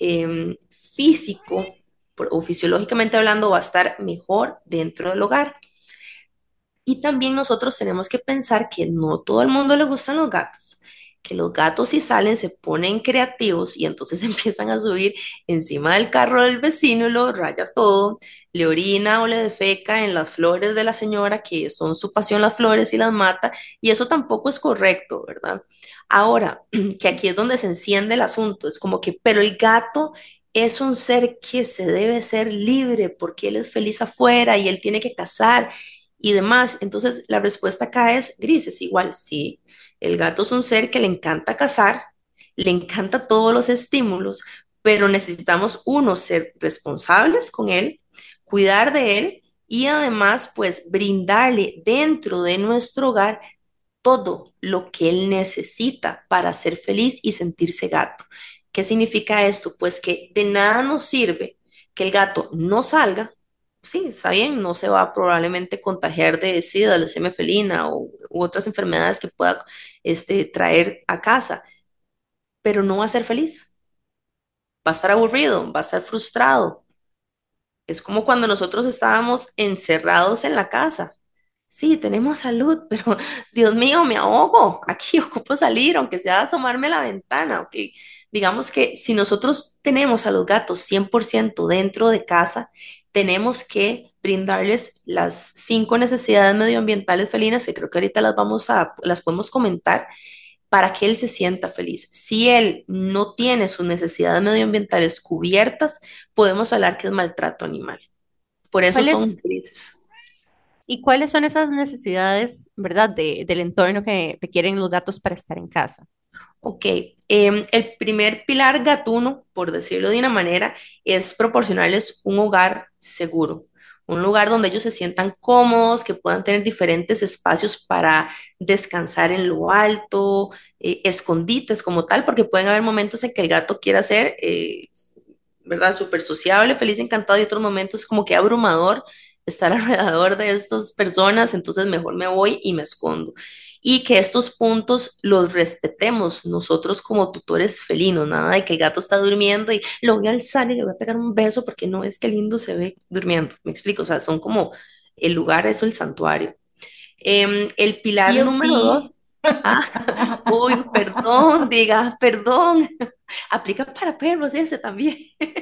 físico o fisiológicamente hablando va a estar mejor dentro del hogar. Y también nosotros tenemos que pensar que no todo el mundo le gustan los gatos, que los gatos si salen se ponen creativos y entonces empiezan a subir encima del carro del vecino y lo raya todo, le orina o le defeca en las flores de la señora, que son su pasión las flores y las mata, y eso tampoco es correcto, ¿verdad? Ahora, que aquí es donde se enciende el asunto, es como que, pero el gato es un ser que se debe ser libre porque él es feliz afuera y él tiene que cazar y demás. Entonces, la respuesta acá es grises, igual, sí, el gato es un ser que le encanta cazar, le encanta todos los estímulos, pero necesitamos, uno, ser responsables con él, cuidar de él y además, pues, brindarle dentro de nuestro hogar todo lo que él necesita para ser feliz y sentirse gato. ¿Qué significa esto? Pues que de nada nos sirve que el gato no salga. Sí, está bien, no se va a probablemente contagiar de SIDA, leucemia felina u otras enfermedades que pueda traer a casa, pero no va a ser feliz, va a estar aburrido, va a estar frustrado, Es como cuando nosotros estábamos encerrados en la casa. Sí, tenemos salud, pero Dios mío, me ahogo. Aquí ocupo salir, aunque sea asomarme a la ventana. Ok, digamos que si nosotros tenemos a los gatos 100% dentro de casa, tenemos que brindarles las 5 necesidades medioambientales felinas, que creo que ahorita las podemos comentar, para que él se sienta feliz. Si él no tiene sus necesidades medioambientales cubiertas, podemos hablar que es maltrato animal. Por eso son ¿Cuáles infelices. y cuáles son esas necesidades, verdad, del entorno que requieren los gatos para estar en casa? Ok, el primer pilar gatuno, por decirlo de una manera, es proporcionarles un hogar seguro, un lugar donde ellos se sientan cómodos, que puedan tener diferentes espacios para descansar en lo alto, escondites como tal, porque pueden haber momentos en que el gato quiera ser, ¿verdad? Súper sociable, feliz, encantado, y otros momentos como que abrumador estar alrededor de estas personas, entonces mejor me voy y me escondo y que estos puntos los respetemos nosotros como tutores felinos, nada de que el gato está durmiendo y lo voy a alzar y le voy a pegar un beso porque no es que lindo se ve durmiendo, me explico, o sea, son como el lugar, eso, el santuario. El pilar número dos, Yupi. ah, uy, perdón, diga, perdón, aplica para perros ese también.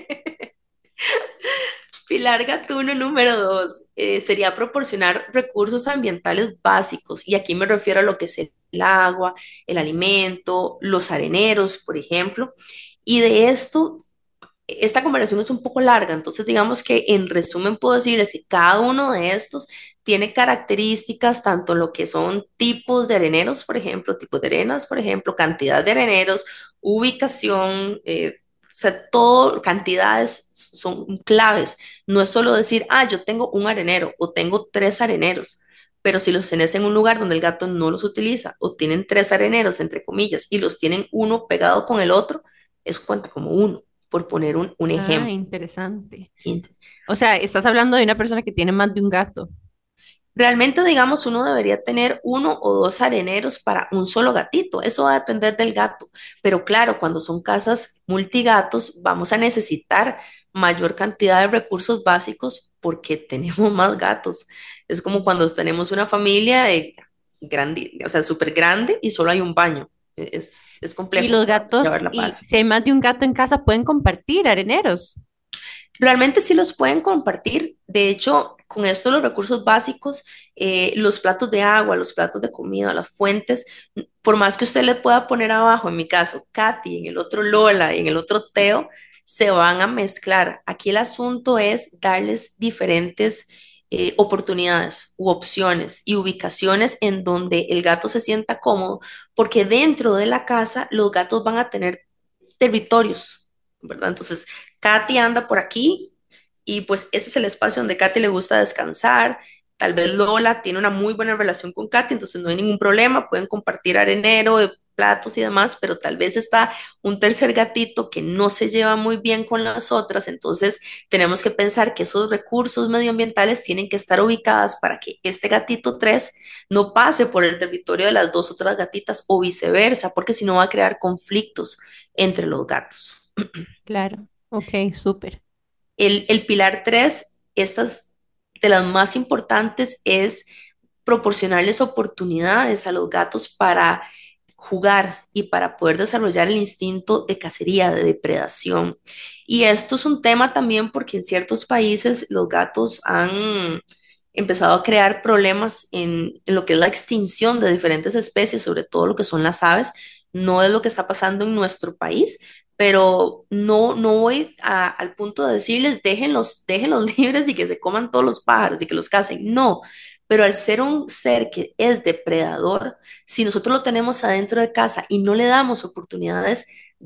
Pilar gatuno número dos sería proporcionar recursos ambientales básicos, y aquí me refiero a lo que es el agua, el alimento, los areneros, por ejemplo. Y de esto, esta conversación es un poco larga, entonces digamos que en resumen puedo decirles que cada uno de estos tiene características, tanto en lo que son tipos de areneros, por ejemplo, tipos de arenas, por ejemplo, cantidad de areneros, ubicación, o sea, todo, cantidades son claves. No es solo decir, ah, yo tengo un arenero o tengo 3 areneros, pero si los tenés en un lugar donde el gato no los utiliza o tienen 3 areneros, entre comillas, y los tienen uno pegado con el otro, eso cuenta como uno, por poner un Ah, ejemplo. interesante. O sea, estás hablando de una persona que tiene más de un gato. Realmente, digamos, uno debería tener 1 o 2 areneros para un solo gatito. Eso va a depender del gato. Pero claro, cuando son casas multigatos, vamos a necesitar mayor cantidad de recursos básicos porque tenemos más gatos. Es como cuando tenemos una familia grande, o sea, súper grande y solo hay un baño. Es Y complejo los gatos, llevar la y paz. si hay más de un gato en casa, pueden compartir areneros. Realmente sí los pueden compartir. De hecho, con esto los recursos básicos, los platos de agua, los platos de comida, las fuentes, por más que usted le pueda poner abajo, en mi caso, Katy, en el otro Lola, y en el otro Teo, se van a mezclar. Aquí el asunto es darles diferentes oportunidades u opciones y ubicaciones en donde el gato se sienta cómodo, porque dentro de la casa los gatos van a tener territorios, ¿verdad? Entonces, Katy anda por aquí y pues ese es el espacio donde Katy le gusta descansar. Tal vez Lola tiene una muy buena relación con Katy, entonces no hay ningún problema, pueden compartir arenero, platos y demás, pero tal vez está un tercer gatito que no se lleva muy bien con las otras, entonces tenemos que pensar que esos recursos medioambientales tienen que estar ubicados para que este gatito 3 no pase por el territorio de las 2 otras gatitas o viceversa, porque si no va a crear conflictos entre los gatos. Claro. Ok, súper. El pilar 3, estas de las más importantes, es proporcionarles oportunidades a los gatos para jugar y para poder desarrollar el instinto de cacería, de depredación. Y esto es un tema también porque en ciertos países los gatos han empezado a crear problemas en lo que es la extinción de diferentes especies, sobre todo lo que son las aves. No es lo que está pasando en nuestro país, pero no voy al punto de decirles déjenlos libres y que se coman todos los pájaros y que los cacen. No, pero al ser un ser que es depredador, si nosotros lo tenemos adentro de casa y no le damos oportunidades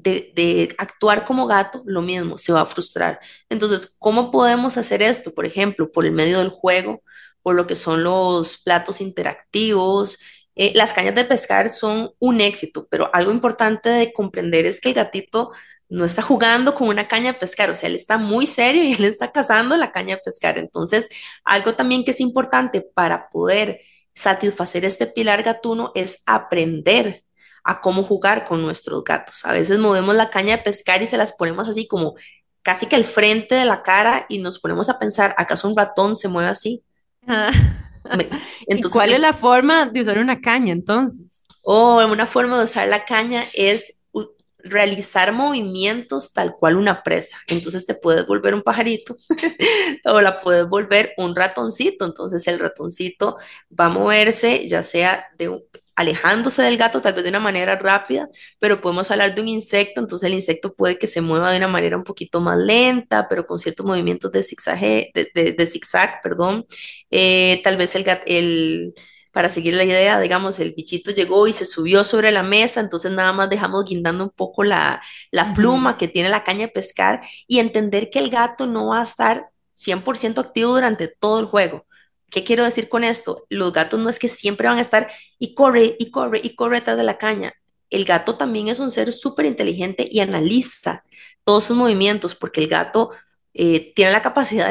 de actuar como gato, lo mismo, se va a frustrar. Entonces, ¿cómo podemos hacer esto? Por ejemplo, por el medio del juego, por lo que son los platos interactivos. Las cañas de pescar son un éxito, pero algo importante de comprender es que el gatito no está jugando con una caña de pescar, o sea, él está muy serio y él está cazando la caña de pescar. Entonces, algo también que es importante para poder satisfacer este pilar gatuno es aprender a cómo jugar con nuestros gatos. A veces movemos la caña de pescar y se las ponemos así como casi que al frente de la cara y nos ponemos a pensar, ¿acaso un ratón se mueve así? Ah, ¿Y Entonces, cuál es la forma de usar una caña entonces? o una forma de usar la caña es realizar movimientos tal cual una presa. Entonces te puedes volver un pajarito o la puedes volver un ratoncito. Entonces el ratoncito va a moverse, ya sea alejándose del gato, tal vez de una manera rápida, pero podemos hablar de un insecto, entonces el insecto puede que se mueva de una manera un poquito más lenta, pero con ciertos movimientos de zigzag, de zigzag, perdón. Tal vez para seguir la idea, digamos, el bichito llegó y se subió sobre la mesa, entonces nada más dejamos guindando un poco la Ujú. pluma que tiene la caña de pescar y entender que el gato no va a estar 100% activo durante todo el juego. ¿Qué quiero decir con esto? Los gatos no es que siempre van a estar y corre y corre y corre detrás de la caña. El gato también es un ser súper inteligente y analiza todos sus movimientos porque el gato tiene la capacidad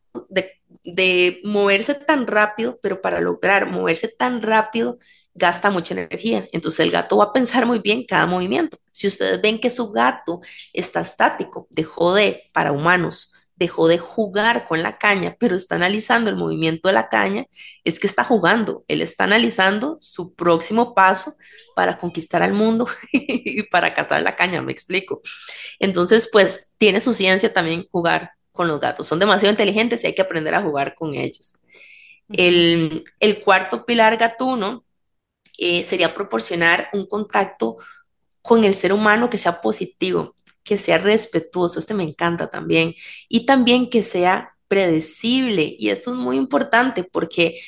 de moverse tan rápido, pero para lograr moverse tan rápido gasta mucha energía. Entonces el gato va a pensar muy bien cada movimiento. Si ustedes ven que su gato está estático, para humanos, dejó de jugar con la caña, pero está analizando el movimiento de la caña, es que está jugando, él está analizando su próximo paso para conquistar al mundo y para cazar la caña, me explico. Entonces, pues tiene su ciencia también jugar con los gatos. Son demasiado inteligentes y hay que aprender a jugar con ellos. Ujú. El cuarto pilar gatuno sería proporcionar un contacto con el ser humano que sea positivo, que sea respetuoso, este me encanta también, y también que sea predecible. Y esto es muy importante porque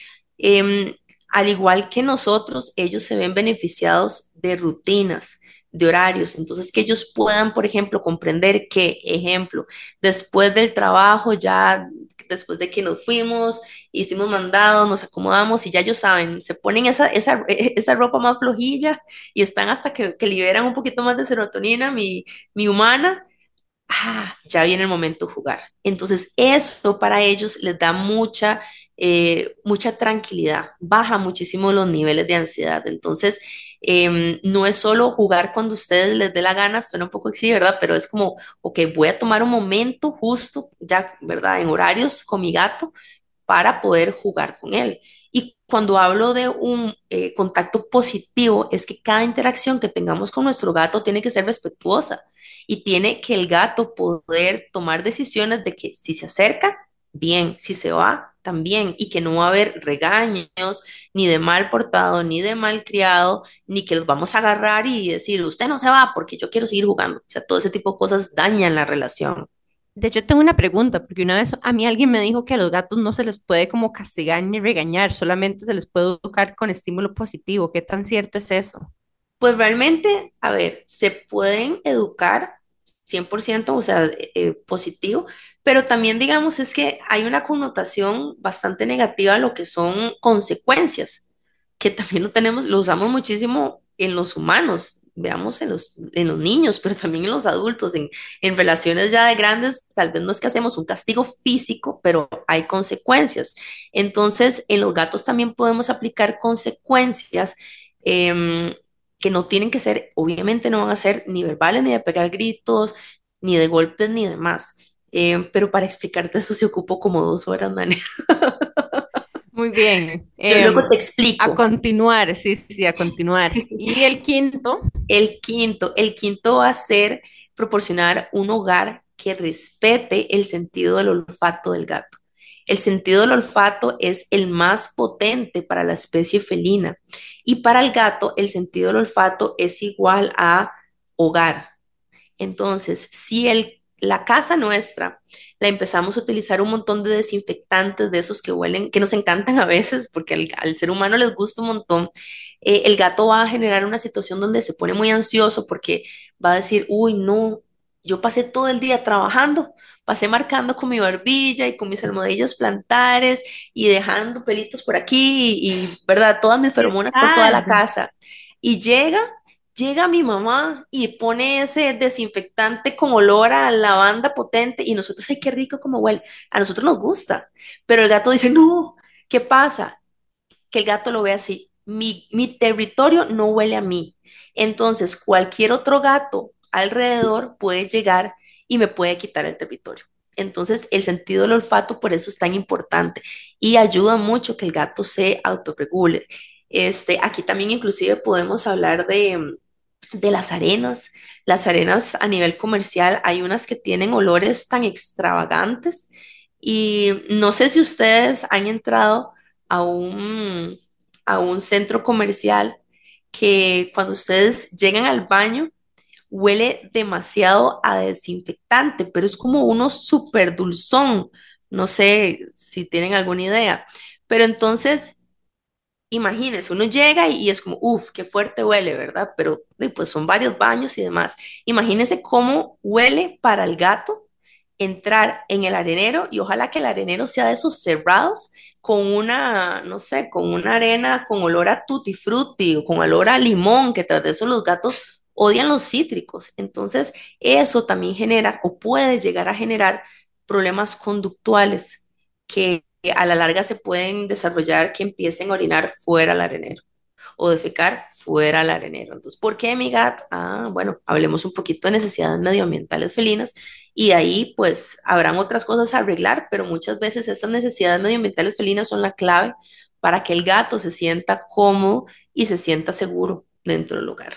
al igual que nosotros, ellos se ven beneficiados de rutinas, de horarios. Entonces, que ellos puedan, por ejemplo, comprender que, ejemplo, después del trabajo, ya después de que nos fuimos, hicimos mandados, nos acomodamos y ya ellos saben, se ponen esa ropa más flojilla y están hasta que liberan un poquito más de serotonina, mi humana, ya viene el momento de jugar. Entonces, eso para ellos les da mucha tranquilidad, baja muchísimo los niveles de ansiedad. Entonces, no es solo jugar cuando ustedes les dé la gana, suena un poco así, ¿verdad? Pero es como, ok, voy a tomar un momento justo, ya, ¿verdad? En horarios con mi gato para poder jugar con él. Y cuando hablo de un contacto positivo, es que cada interacción que tengamos con nuestro gato tiene que ser respetuosa y tiene que el gato poder tomar decisiones de que si se acerca, bien, si se va, también, y que no va a haber regaños, ni de mal portado, ni de mal criado, ni que los vamos a agarrar y decir, usted no se va porque yo quiero seguir jugando. O sea, todo ese tipo de cosas dañan la relación. De hecho, tengo una pregunta, porque una vez a mí alguien me dijo que a los gatos no se les puede como castigar ni regañar, solamente se les puede educar con estímulo positivo. ¿Qué tan cierto es eso? Pues realmente, a ver, se pueden educar 100%, o sea, positivo, pero también digamos es que hay una connotación bastante negativa a lo que son consecuencias, que también lo usamos muchísimo en los humanos, veamos en los niños, pero también en los adultos, en relaciones ya de grandes, tal vez no es que hacemos un castigo físico, pero hay consecuencias. Entonces, en los gatos también podemos aplicar consecuencias. em, que no tienen que ser, obviamente no van a ser ni verbales, ni de pegar gritos, ni de golpes, ni demás. Pero para explicarte eso se ocupó como 2 horas, Dani. Muy bien. Yo luego te A explico. continuar, sí, sí, sí, a continuar. Y el quinto, El quinto va a ser proporcionar un hogar que respete el sentido del olfato del gato. El sentido del olfato es el más potente para la especie felina y para el gato el sentido del olfato es igual a hogar. Entonces, si la casa nuestra la empezamos a utilizar un montón de desinfectantes de esos que huelen, que nos encantan a veces, porque al ser humano les gusta un montón, el gato va a generar una situación donde se pone muy ansioso porque va a decir, uy, no, yo pasé todo el día trabajando, pasé marcando con mi barbilla y con mis almohadillas plantares y dejando pelitos por aquí ¿verdad? Todas mis feromonas por toda la Pesado. casa. Y llega mi mamá y pone ese desinfectante con olor a lavanda potente y nosotros, ay, qué rico como huele. A nosotros nos gusta, pero el gato dice, no, ¿qué pasa? Que el gato lo ve así. Mi territorio no huele a mí. Entonces, cualquier otro gato alrededor puede llegar y me puede quitar el territorio. Entonces, el sentido del olfato por eso es tan importante y ayuda mucho que el gato se autorregule. Aquí también inclusive podemos hablar de las arenas. Las arenas a nivel comercial, hay unas que tienen olores tan extravagantes y no sé si ustedes han entrado a a un centro comercial que cuando ustedes llegan al baño huele demasiado a desinfectante, pero es como uno súper dulzón. No sé si tienen alguna idea. Pero entonces imagínense, uno llega y es como, uff, qué fuerte huele, ¿verdad? Pero pues son varios baños y demás. Imagínense cómo huele para el gato entrar en el arenero y ojalá que el arenero sea de esos cerrados con una, no sé, con una arena con olor a tutti frutti o con olor a limón, que tras de eso los gatos odian los cítricos. Entonces, eso también genera o puede llegar a generar problemas conductuales que a la larga se pueden desarrollar que empiecen a orinar fuera del arenero o defecar fuera del arenero. Entonces, ¿por qué mi gato? Ah, bueno, hablemos un poquito de necesidades medioambientales felinas y ahí pues habrán otras cosas a arreglar, pero muchas veces estas necesidades medioambientales felinas son la clave para que el gato se sienta cómodo y se sienta seguro dentro del hogar.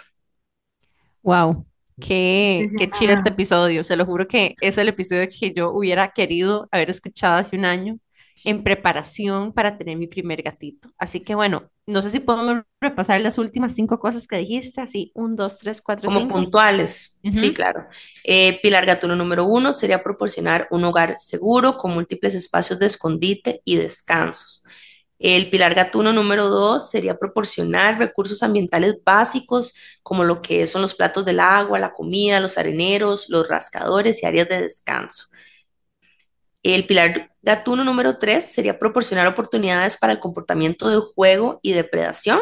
Wow, qué chido este Impresionada. episodio. Se lo juro que es el episodio que yo hubiera querido haber escuchado hace un año en preparación para tener mi primer gatito. Así que bueno, no sé si podemos repasar las últimas 5 cosas que dijiste, así, 1, 2, 3, 4, Como 5. puntuales, sí, Ujú. claro. Pilar Gatuno número uno sería proporcionar un hogar seguro con múltiples espacios de escondite y descansos. El pilar gatuno número dos sería proporcionar recursos ambientales básicos, como lo que son los platos del agua, la comida, los areneros, los rascadores y áreas de descanso. El pilar gatuno número tres sería proporcionar oportunidades para el comportamiento de juego y depredación.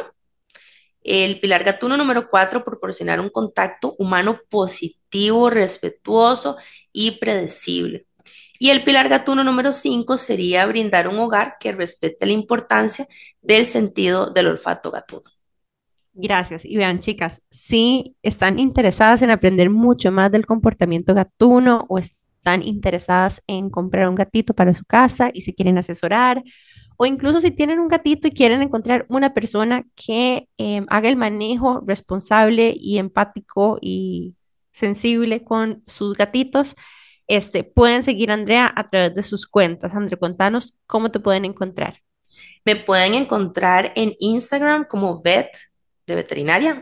El pilar gatuno número cuatro, proporcionar un contacto humano positivo, respetuoso y predecible. Y el pilar gatuno número 5 sería brindar un hogar que respete la importancia del sentido del olfato gatuno. Gracias. Y vean, chicas, si están interesadas en aprender mucho más del comportamiento gatuno o están interesadas en comprar un gatito para su casa y si quieren asesorar, o incluso si tienen un gatito y quieren encontrar una persona que haga el manejo responsable y empático y sensible con sus gatitos, pueden seguir a Andrea a través de sus cuentas. Andrea, contanos cómo te pueden encontrar. Me pueden encontrar en Instagram como vet de veterinaria,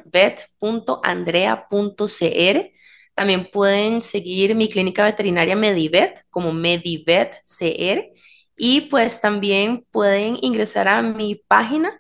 vet.andrea.cr. También pueden seguir mi clínica veterinaria Medivet como MedivetCR. Y pues también pueden ingresar a mi página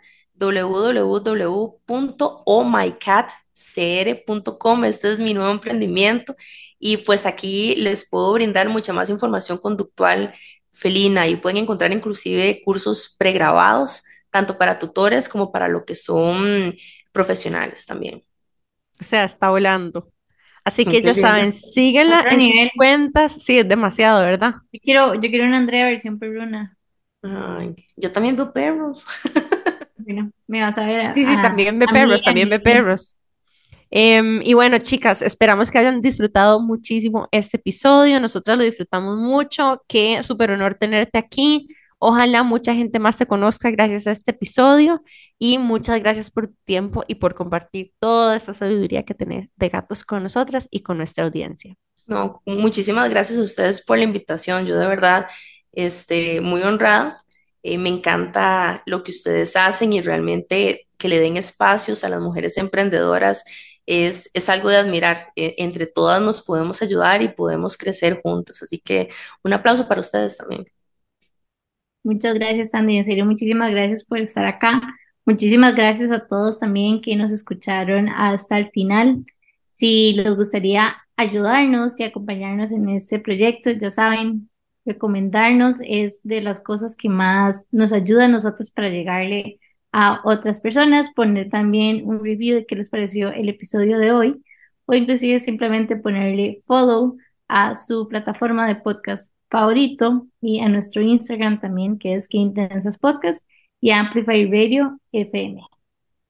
www.ohmycatcr.com. Este es mi nuevo emprendimiento y pues aquí les puedo brindar mucha más información conductual felina y pueden encontrar inclusive cursos pregrabados, tanto para tutores como para lo que son profesionales también. O sea, está volando. Así que Qué ya linda. saben, síguenla Otro en sus nivel. cuentas. Sí, es demasiado, ¿verdad? Yo quiero una Andrea versión perruna. Ay, yo también veo perros. Bueno, me vas a ver Sí, sí, también ve a mí perros, y a también ve mi hija. perros. Y bueno, chicas, esperamos que hayan disfrutado muchísimo este episodio. Nosotras lo disfrutamos mucho. Qué súper honor tenerte aquí. Ojalá mucha gente más te conozca gracias a este episodio. Y muchas gracias por tu tiempo y por compartir toda esta sabiduría que tenés de gatos con nosotras y con nuestra audiencia. No, muchísimas gracias a ustedes por la invitación. Yo de verdad, muy honrada. Me encanta lo que ustedes hacen y realmente que le den espacios a las mujeres emprendedoras es algo de admirar. Entre todas nos podemos ayudar y podemos crecer juntas. Así que un aplauso para ustedes también. Muchas gracias, Andy. En serio, muchísimas gracias por estar acá. Muchísimas gracias a todos también que nos escucharon hasta el final. Si les gustaría ayudarnos y acompañarnos en este proyecto, ya saben, recomendarnos es de las cosas que más nos ayuda a nosotros para llegarle a otras personas. Poner también un review de qué les pareció el episodio de hoy o inclusive simplemente ponerle follow a su plataforma de podcast favorito y a nuestro Instagram también, que es Que Intensas Podcast y Amplify Radio FM.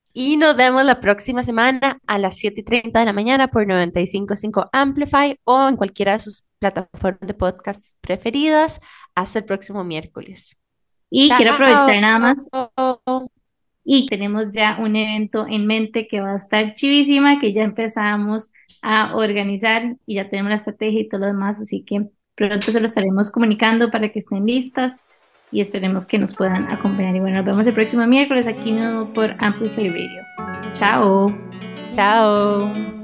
Y nos vemos la próxima semana a las 7:30 de la mañana por 95.5 Amplify o en cualquiera de sus plataformas de podcast preferidas. Hasta el próximo miércoles. Y quiero aprovechar Chao. nada más y tenemos ya un evento en mente que va a estar chivísima, que ya empezamos a organizar y ya tenemos la estrategia y todo lo demás, así que pronto se lo estaremos comunicando para que estén listas y esperemos que nos puedan acompañar. Y bueno, nos vemos el próximo miércoles aquí mismo por Amplify Radio. Chao. Chao.